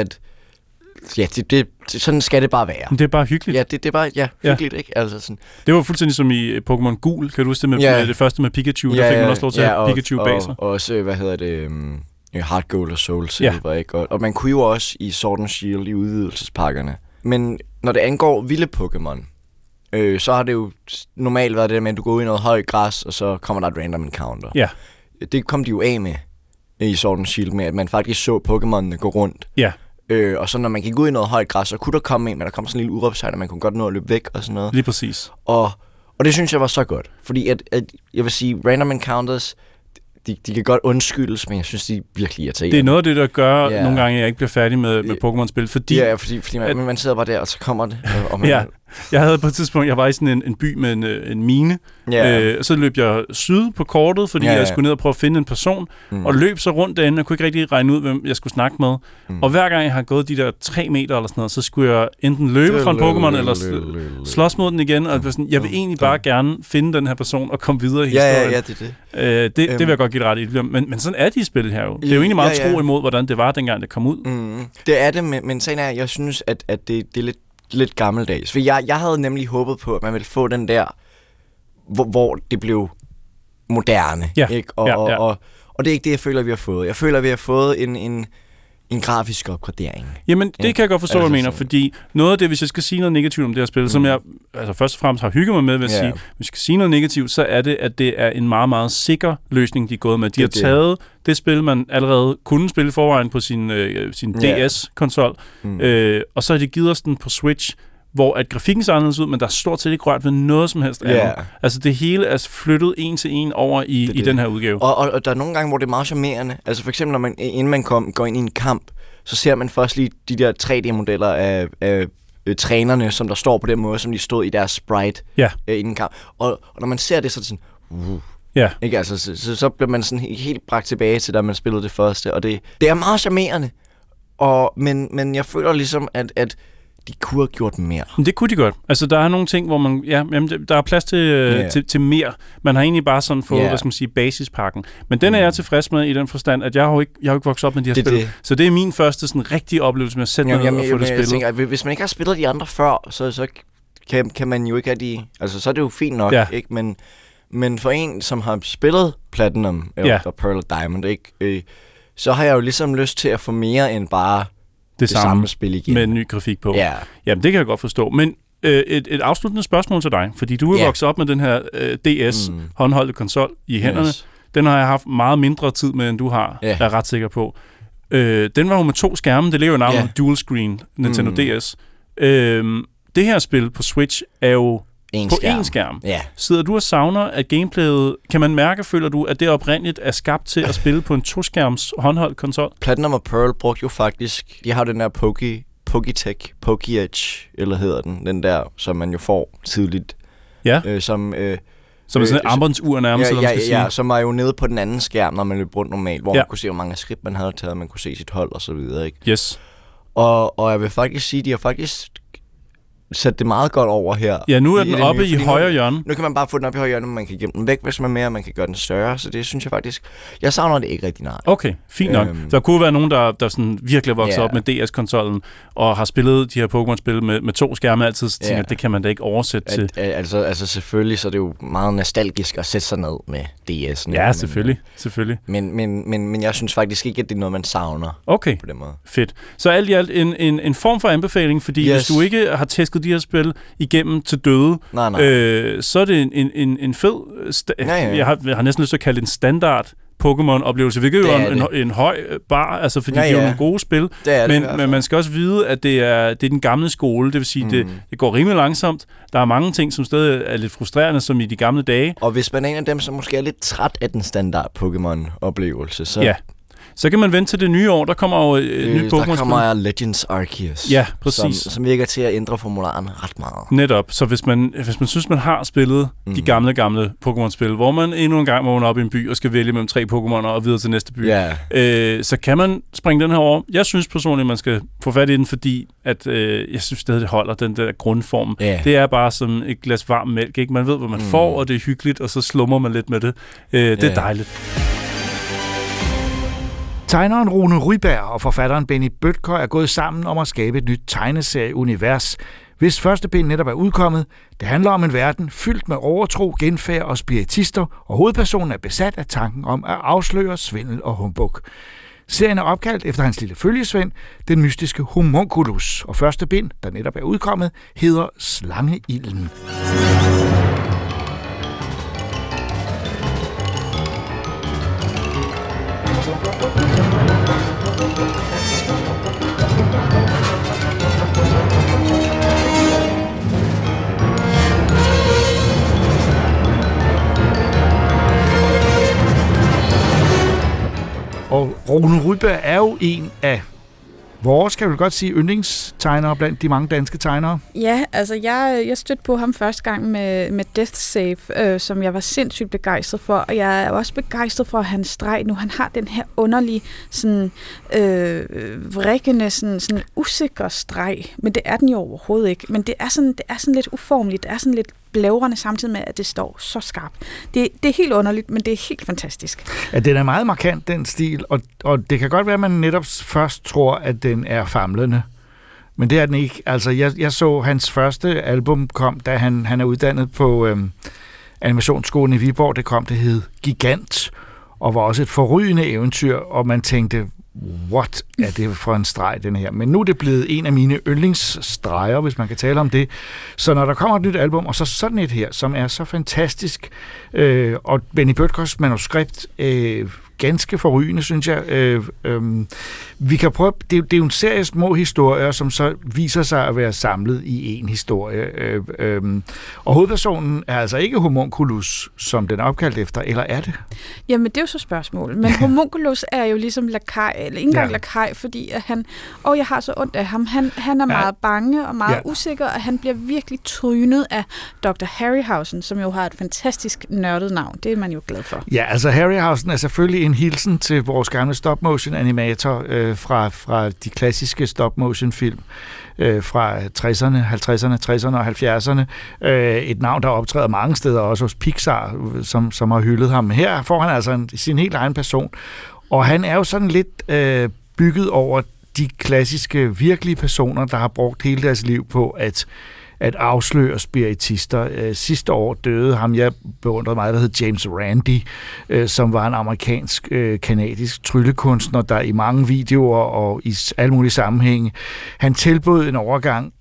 sådan skal det bare være. Det er bare hyggeligt. Ja, det er bare hyggeligt, ikke? Altså sådan. Det var fuldstændig som i Pokémon Gul, kan du huske det med det første med Pikachu? Der fik man også lov til at have Pikachu bag sig. Og også, Heart Gold og Soul Silver, ikke? Og man kunne jo også i Sword and Shield i udvidelsespakkerne. Men når det angår vilde Pokémon, så har det jo normalt været det der med, at du går ud i noget højt græs, og så kommer der et random encounter. Ja. Det kom de jo af med i Sword and Shield, med at man faktisk så Pokémonene gå rundt. Ja. Og så når man gik ud i noget højt græs, så kunne der komme en, men der kom sådan en lille udråbstegn, og man kunne godt nå at løbe væk og sådan noget. Lige præcis. Og det synes jeg var så godt, fordi at jeg vil sige, random encounters, de kan godt undskyldes, men jeg synes, de er virkelig irriterende. Det er noget af det, der gør nogle gange, at jeg ikke bliver færdig med Pokémon-spil, fordi... Ja, fordi man sidder bare der, og så kommer det. Og man jeg havde på et tidspunkt, jeg var i sådan en by med en mine, så løb jeg syd på kortet, fordi jeg skulle ned og prøve at finde en person, og løb så rundt derinde, og kunne ikke rigtig regne ud, hvem jeg skulle snakke med. Og hver gang jeg har gået de der 3 meter eller sådan noget, så skulle jeg enten løbe fra en Pokémon, eller slås mod den igen, og jeg vil egentlig bare gerne finde den her person, og komme videre i historien. Ja, det. Det vil jeg godt give ret i. Men sådan er de i spil her jo. Det er jo egentlig meget tro imod, hvordan det var, dengang det kom ud. Det er det, men sagen er, jeg synes, at det er lidt gammeldags. For jeg havde nemlig håbet på, at man ville få den der, hvor det blev moderne. Ikke? Og det er ikke det, jeg føler, vi har fået. Jeg føler, vi har fået en grafisk opgradering. Jamen, det kan jeg godt forstå, hvad jeg mener, fordi noget af det, hvis jeg skal sige noget negativt om det her spil, som jeg altså først og fremmest har hygget mig med, vil jeg sige, hvis jeg skal sige noget negativt, så er det, at det er en meget, meget sikker løsning, de er gået med. De har taget det spil, man allerede kunne spille i forvejen på sin DS-konsol, og så har de givet os den på Switch, hvor at grafikken ser anderledes ud, men der er stort set ikke rørt ved noget som helst andet. Altså det hele er flyttet en til en over i den her udgave. Og der er nogle gange, hvor det er meget charmerende. Altså for eksempel, når man, inden man går ind i en kamp, så ser man først lige de der 3D-modeller af trænerne, som der står på den måde, som de stod i deres sprite inden kamp. Og når man ser det, så er det sådan... Ikke? Altså, så bliver man sådan helt bragt tilbage til, da man spillede det første. Og det er meget charmerende. Men jeg føler ligesom, at de kunne have gjort mere. Det kunne de godt. Altså, der er nogle ting, hvor man... Ja, der er plads til mere. Man har egentlig bare sådan fået, hvad skal man sige, basispakken. Men den er jeg tilfreds med i den forstand, at jeg har jo ikke vokset op med de her spil. Så det er min første sådan rigtige oplevelse med at sætte ned og få det spillet. Tænker, hvis man ikke har spillet de andre før, så kan man jo ikke have de... Altså, så er det jo fint nok, ikke? Men for en, som har spillet Platinum og Pearl og Diamond, ikke? Så har jeg jo ligesom lyst til at få mere end bare... Det samme spil igen. Med en ny grafik på. Jamen, det kan jeg godt forstå. Men et afsluttende spørgsmål til dig, fordi du er vokset op med den her DS håndholdte konsol i hænderne. Den har jeg haft meget mindre tid med, end du har, er jeg ret sikker på. Den var jo med 2 skærme. Det lever jo navnet Dual Screen Nintendo DS. Det her spil på Switch er jo én skærm. Sidder du og savner, at gameplayet... Kan man mærke, føler du, at det oprindeligt er skabt til at spille på en 2-skærms håndholdt konsol? Platinum og Pearl brugte jo faktisk... De har den der Pokitech, Poki-Edge, eller hedder den der, som man jo får tidligt. Som er sådan et armbåndsur nærmest, eller man skal sige. Som var jo nede på den anden skærm, når man løb rundt normalt, hvor man kunne se, hvor mange skridt man havde taget, man kunne se sit hold og så videre, ikke? Yes. Og jeg vil faktisk sige, de har faktisk sat det meget godt over her. Ja, nu er den oppe i højre hjørne. Nu kan man bare få den op i højre hjørne, man kan gemme den væk, hvis man er mere, man kan gøre den større, så det synes jeg faktisk... Jeg savner det ikke rigtig, nej. Okay, fint nok. Der kunne være nogen, der sådan virkelig vokset op med DS-konsollen, og har spillet de her Pokémon-spil med 2 skærme altid, så tænker det kan man da ikke oversætte til. Altså selvfølgelig, så er det jo meget nostalgisk at sætte sig ned med DS'en. Ja, selvfølgelig. Men jeg synes faktisk ikke, at det er noget, man savner. Okay, på den måde. Fedt. Så alt i alt en form for anbefaling, fordi hvis du ikke har tæsket de her spil igennem til døde, så er det en fed... Jeg har næsten lyst til at kalde det en standard Pokémon-oplevelse, hvilket jo er en høj bar, altså fordi det er jo nogle gode spil, men man skal også vide, at det er den gamle skole, det vil sige, det går rimelig langsomt. Der er mange ting, som stadig er lidt frustrerende, som i de gamle dage. Og hvis man er en af dem, som måske er lidt træt af den standard Pokémon-oplevelse, så kan man vente til det nye år. Der kommer jo et nyt Pokémon-spil. Der kommer Legends Arceus. Ja, præcis. Som virker til at ændre formularen ret meget. Netop. Så hvis man synes, man har spillet de gamle Pokémon-spil, hvor man endnu en gang vågner op i en by og skal vælge mellem 3 Pokémoner og videre til næste by, så kan man springe den her over. Jeg synes personligt, man skal få fat i den, fordi at, jeg synes stadig, det holder den der grundform. Det er bare som et glas varm mælk. Ikke? Man ved, hvad man får, og det er hyggeligt, og så slummer man lidt med det. Det er dejligt. Tegneren Rune Ryberg og forfatteren Benny Bødker er gået sammen om at skabe et nyt tegneserieunivers, hvis første bind netop er udkommet. Det handler om en verden fyldt med overtro, genfærd og spiritister, og hovedpersonen er besat af tanken om at afsløre svindel og humbug. Serien er opkaldt efter hans lille følgesvend, den mystiske Homunculus, og første bind, der netop er udkommet, hedder Slangeilden. Og Rune Ryberg er jo en af vores, kan vi godt sige, yndlingstegnere blandt de mange danske tegnere. Ja, altså jeg stødte på ham første gang med Death Save, som jeg var sindssygt begejstret for, og jeg er også begejstret for hans streg nu. Han har den her underlige, sådan vrikkende, sådan usikre streg, men det er den jo overhovedet ikke. Men det er sådan lidt uformeligt, det er sådan lidt blævrende samtidig med, at det står så skarpt. Det er helt underligt, men det er helt fantastisk. Ja, den er meget markant, den stil, og det kan godt være, at man netop først tror, at den er famlende. Men det er den ikke. Altså, jeg så hans første album kom, da han er uddannet på animationsskolen i Viborg. Det hed Gigant, og var også et forrygende eventyr, og man tænkte, what er det for en streg, den her? Men nu er det blevet en af mine yndlingsstreger, hvis man kan tale om det. Så når der kommer et nyt album, og så sådan et her, som er så fantastisk, og Benny Bødkers manuskript, ganske forrygende, synes jeg. Vi kan prøve, det er jo en serie små historier, som så viser sig at være samlet i en historie. Og hovedpersonen er altså ikke Homunculus, som den er opkaldt efter, eller er det? Jamen, det er jo så spørgsmålet. Men Homunculus er jo ligesom lakaj, eller ikke engang lakaj, fordi at han, jeg har så ondt af ham. Han er meget bange og meget usikker, og han bliver virkelig trynet af Dr. Harryhausen, som jo har et fantastisk nørdet navn. Det er man jo glad for. Ja, altså Harryhausen er selvfølgelig en hilsen til vores gamle stop-motion animator fra de klassiske stop-motion-film fra 60'erne, 50'erne, 60'erne og 70'erne. Et navn, der optræder mange steder, også hos Pixar, som har hyldet ham. Her får han altså sin helt egen person, og han er jo sådan lidt bygget over de klassiske, virkelige personer, der har brugt hele deres liv på at afsløre spiritister. Sidste år døde ham, jeg beundrede meget, der hed James Randi, som var en amerikansk-kanadisk tryllekunstner, der i mange videoer og i alle mulige sammenhænge, han tilbød en overgang,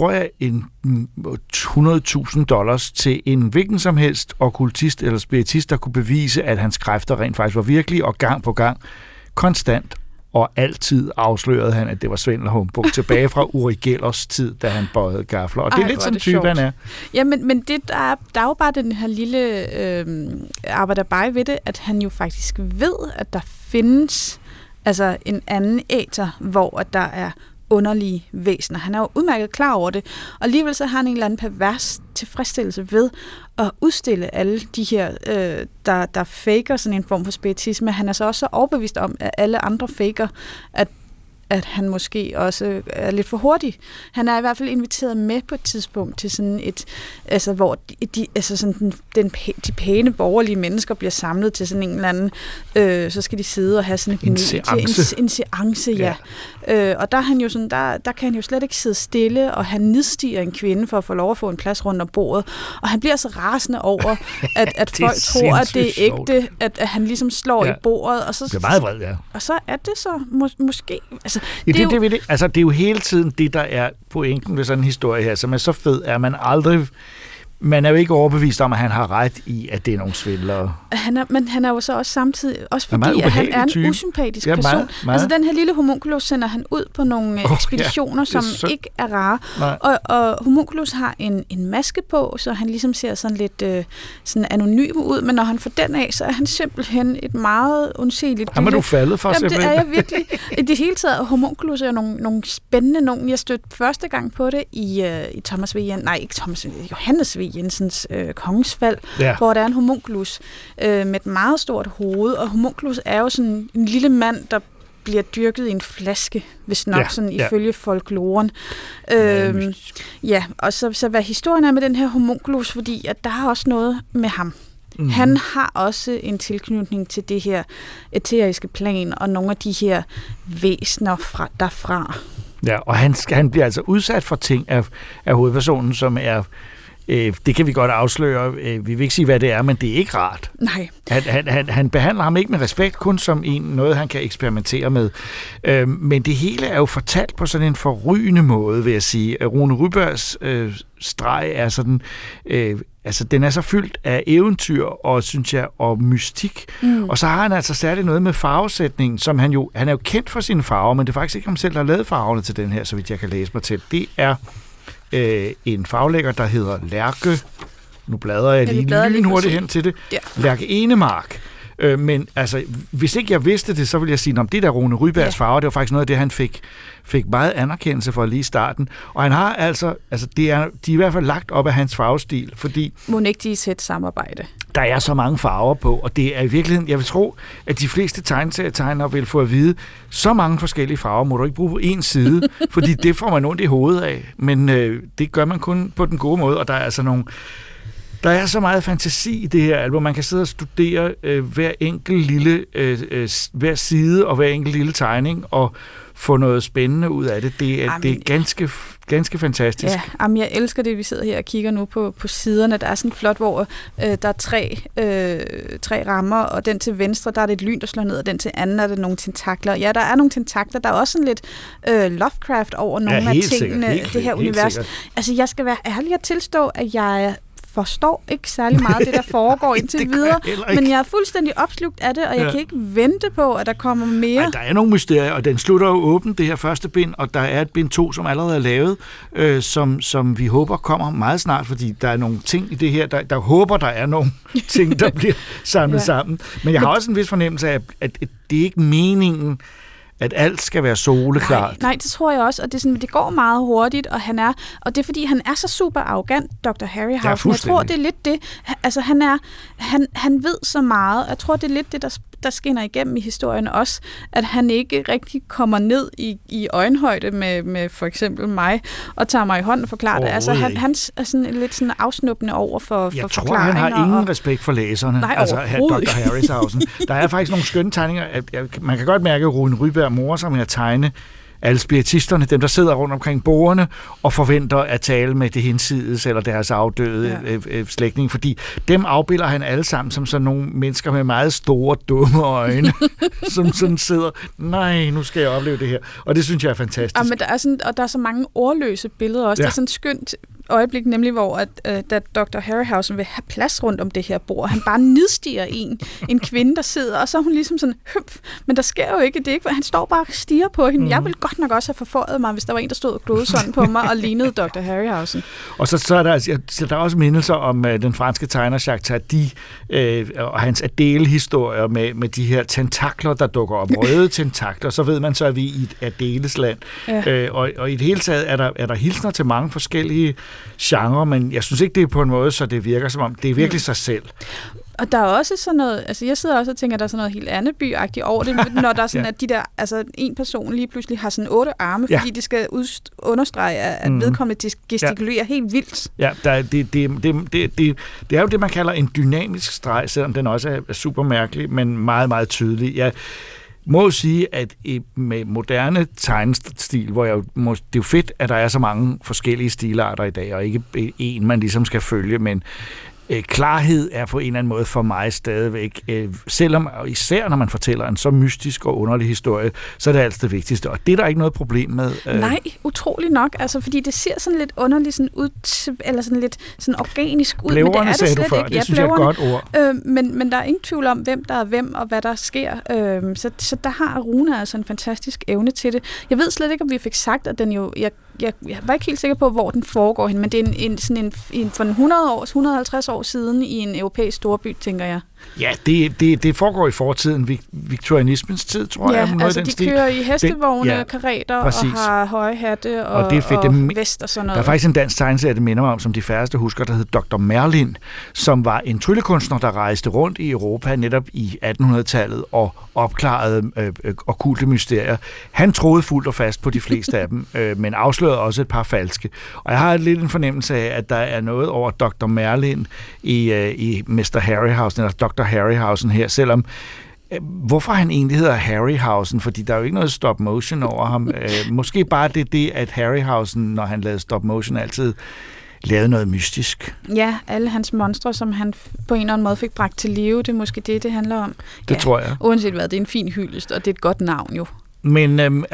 $100,000 til en hvilken som helst okkultist eller spiritist, der kunne bevise, at hans kræfter rent faktisk var virkelige, og gang på gang, konstant og altid afslørede han, at det var svindel og humbug tilbage fra Uri Gellers tid, da han bøjede gafler. Og det er lidt sådan type, han er. Ja, men det, der er jo bare den her lille arbejder bare ved det, at han jo faktisk ved, at der findes altså en anden æter, hvor at der er underlige væsener. Han er jo udmærket klar over det, og alligevel så har han en eller anden pervers tilfredsstillelse ved at udstille alle de her, der faker sådan en form for spiritisme. Han er så også så overbevist om, at alle andre faker, at han måske også er lidt for hurtig. Han er i hvert fald inviteret med på et tidspunkt til sådan et, altså hvor de pæne borgerlige mennesker bliver samlet til sådan en eller anden, så skal de sidde og have sådan en seance. En seance, ja. Og der er han jo sådan, der kan han jo slet ikke sidde stille, og han nedstiger en kvinde for at få lov at få en plads rundt om bordet, og han bliver så rasende over, at folk tror, at det er ægte, at han ligesom slår i bordet, og så det er meget vred, ja. Og så er det så måske, altså det er jo hele tiden det, der er pointen ved sådan en historie her, som er så fed, at man er jo ikke overbevist om, at han har ret i, at det er nogle svindlere. Men han er jo så også samtidig, også fordi at han er en usympatisk person. Meget. Altså den her lille homunculus sender han ud på nogle ekspeditioner, som ikke er rare. Og homunculus har en maske på, så han ligesom ser sådan lidt sådan anonym ud, men når han får den af, så er han simpelthen et meget undseligt. Ham er du faldet for, simpelthen. Det er jeg virkelig. I det hele taget, homunculus er nogle spændende nogen. Jeg stødte første gang på det i Johannes V. Jensens Kongens Fald, hvor der er en homunculus med et meget stort hoved, og homunculus er jo sådan en lille mand, der bliver dyrket i en flaske, hvis nok sådan ifølge folkloren. Og så hvad historien er med den her homunculus, fordi at der er også noget med ham. Mm-hmm. Han har også en tilknytning til det her æteriske plan, og nogle af de her væsener derfra. Ja, og han bliver altså udsat for ting af hovedpersonen, som er det kan vi godt afsløre. Vi vil ikke sige, hvad det er, men det er ikke rart. Nej. Han behandler ham ikke med respekt, kun som noget, han kan eksperimentere med. Men det hele er jo fortalt på sådan en forrygende måde, vil jeg sige. Rune Rybergs streg er sådan... den er så fyldt af eventyr og, synes jeg, og mystik. Mm. Og så har han altså særligt noget med farvesætningen, som han er jo kendt for sine farver, men det er faktisk ikke ham selv, der har lavet farverne til den her, så vidt jeg kan læse mig til. Det er en farvelægger, der hedder Lærke. Nu bladrer jeg lige lynhurtigt hen til det. Ja. Lærke Enemark. Men altså, hvis ikke jeg vidste det, så ville jeg sige, at det der Rune Rybergs farver, det var faktisk noget af det, han fik meget anerkendelse for lige i starten. Og han har altså de er i hvert fald lagt op af hans farvestil, fordi... Må ikke de sætte samarbejde? Der er så mange farver på, og det er i virkeligheden, jeg vil tro, at de fleste tegneserietegnere vil få at vide, så mange forskellige farver må du ikke bruge på én side, fordi det får man ondt i hovedet af, men det gør man kun på den gode måde, og der er altså Der er så meget fantasi i det her album. Man kan sidde og studere hver enkelt lille hver side og hver enkelt lille tegning og få noget spændende ud af det. Det er ganske fantastisk. Ja, jamen, jeg elsker det, vi sidder her og kigger nu på siderne. Der er sådan flot, hvor der er tre rammer, og den til venstre, der er det et lyn, der slår ned, og den til anden er det nogle tentakler. Ja, der er nogle tentakler. Der er også sådan lidt Lovecraft over nogle af tingene, det her univers. Sikkert. Altså, jeg skal være ærlig at tilstå, at jeg forstår ikke særlig meget det, der foregår indtil videre, men jeg er fuldstændig opslugt af det, og jeg kan ikke vente på, at der kommer mere. Ej, der er nogle mysterier, og den slutter jo åbent, det her første bind, og der er et bind 2, som allerede er lavet, som vi håber kommer meget snart, fordi der er nogle ting i det her, der håber, der er nogle ting, der bliver samlet sammen. Men jeg har også en vis fornemmelse af, at det er ikke meningen, at alt skal være soleklart. Nej, det tror jeg også, og det går meget hurtigt, og det er fordi, han er så super arrogant, Dr. Harryhausen. Jeg tror, det er lidt det. Altså, han ved så meget. Jeg tror, det er lidt det, der skinner igennem i historien også, at han ikke rigtig kommer ned i øjenhøjde med for eksempel mig, og tager mig i hånden og forklarer det. Altså, han er sådan lidt sådan afsnuppende over for forklaringer. Jeg tror, han har ingen respekt for læserne. Nej, altså, Dr. Harryhausen. Der er faktisk nogle skønne tegninger. Man kan godt mærke, at Rune Ryberg morer sig med at tegne alle spiritisterne, dem der sidder rundt omkring bordene og forventer at tale med det hinsides eller deres afdøde slægtning, fordi dem afbilder han alle sammen som sådan nogle mennesker med meget store, dumme øjne, som sådan sidder, nej, nu skal jeg opleve det her. Og det synes jeg er fantastisk. Ja, men der er så mange ordløse billeder også. Ja. Det er sådan skønt øjeblik, nemlig hvor da Dr. Harryhausen vil have plads rundt om det her bord. Han bare nedstiger en kvinde, der sidder, og så er hun ligesom sådan, men der sker jo ikke, det er ikke, han står bare og stiger på hende. Jeg ville godt nok også have forføjet mig, hvis der var en, der stod og glodede sådan på mig og lignede Dr. Harryhausen. Og så er der er også mindelser om den franske tegner Jacques Tardy og hans Adele-historier med de her tentakler, der dukker op, røde tentakler, så ved man så, at vi er i et Adeles-land. Ja. Og i det hele taget er der hilsner til mange forskellige genre, men jeg synes ikke, det er på en måde, så det virker som om, det er virkelig sig selv. Og der er også sådan noget, altså jeg sidder også og tænker, at der er sådan noget helt andet byagtigt over det, når der er sådan, at de der, altså en person lige pludselig har sådan 8 arme, fordi de skal understrege, at vedkommende gestikulerer helt vildt. Ja, det er jo det, man kalder en dynamisk streg, selvom den også er super mærkelig, men meget, meget tydelig. Jeg må sige, at med moderne tegnestil, hvor det er jo fedt, at der er så mange forskellige stilarter i dag, og ikke en, man ligesom skal følge, men klarhed er på en eller anden måde for mig stadigvæk, selvom, og især når man fortæller en så mystisk og underlig historie, så er det altså det vigtigste, og det er der ikke noget problem med. Nej, utroligt nok, altså fordi det ser sådan lidt underligt sådan ud, eller sådan lidt sådan organisk ud, Blævrerne men det er det slet før. ikke. Det synes jeg er et godt ord. Men der er ingen tvivl om, hvem der er hvem, og hvad der sker, så der har Rune altså en fantastisk evne til det. Jeg ved slet ikke, om vi fik sagt, at den jo, jeg var ikke helt sikker på, hvor den foregår hen, men det er sådan en for 150 år siden i en europæisk storby, tænker jeg. Ja, det foregår i fortiden, viktorianismens tid, tror jeg. Ja, altså de kører i hestevogne, karetter og har høje hatte og det er fedt, og vest og sådan noget. Der er faktisk en dansk tegneserie, det minder mig om, som de færreste husker, der hed Dr. Merlin, som var en tryllekunstner, der rejste rundt i Europa netop i 1800-tallet og opklarede okkulte mysterier. Han troede fuldt og fast på de fleste af dem, men afslørede også et par falske. Og jeg har lidt en fornemmelse af, at der er noget over Dr. Merlin i Mr. Harryhausen, eller Dr. Harryhausen her, selvom hvorfor han egentlig hedder Harryhausen, fordi der er jo ikke noget stop motion over ham. Måske bare det, at Harryhausen, når han lavede stop motion, altid lavede noget mystisk. Ja, alle hans monstre, som han på en eller anden måde fik bragt til live, det er måske det handler om. Det tror jeg. Uanset hvad, det er en fin hyldest, og det er et godt navn jo. Men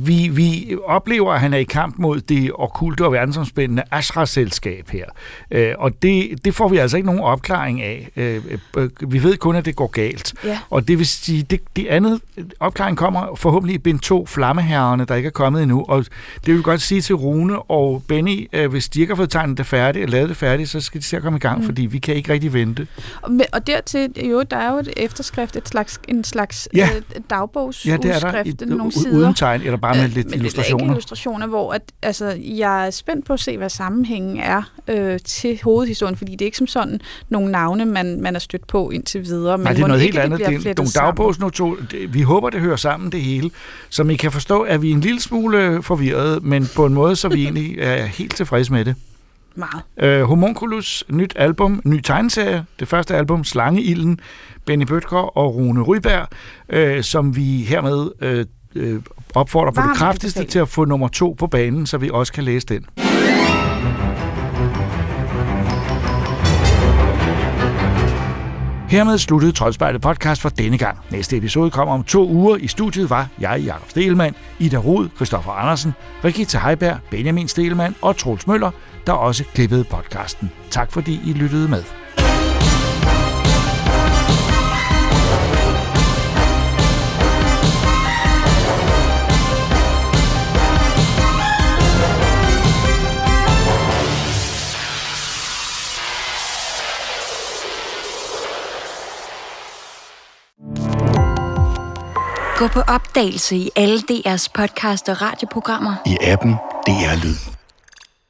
vi oplever, at han er i kamp mod det okkulte og verdensomspændende Ashra-selskab her. Og det får vi altså ikke nogen opklaring af. Vi ved kun, at det går galt. Ja. Og det vil sige, det andet opklaring kommer forhåbentlig i bind 2, Flammeherrerne, der ikke er kommet endnu. Og det vil godt sige til Rune og Benny, hvis de ikke har fået tegnet det færdigt og lavet det færdigt, så skal de se at komme i gang, fordi vi kan ikke rigtig vente. Og dertil, jo, der er jo et efterskrift, en slags dagbogsudskrift, uden tegn, eller bare med lidt illustrationer. Ikke illustrationer, hvor jeg er spændt på at se, hvad sammenhængen er til hovedhistorien, fordi det er ikke som sådan nogle navne, man er stødt på indtil videre. Nej, det er noget helt andet. Det er nogle dagbogsnotater. Vi håber, det hører sammen det hele. Som I kan forstå, er vi en lille smule forvirrede, men på en måde, så vi egentlig er helt tilfredse med det. Meget. Homunculus, nyt album, ny tegneserie. Det første album, Slangeilden, Benny Bødker og Rune Ryberg, som vi hermed opfordrer på det kraftigste til at få nummer 2 på banen, så vi også kan læse den. Hermed sluttede Troldspejlet podcast for denne gang. Næste episode kommer om 2 uger. I studiet var jeg, Jakob Stegelmann, Ida Rud, Christoffer Andersen, Rigitta Heiberg, Benjamin Stegelmann og Troels Møller, der også klippede podcasten. Tak fordi I lyttede med. Gå på opdagelse i alle DR's podcast og radioprogrammer. I appen DR Lyd.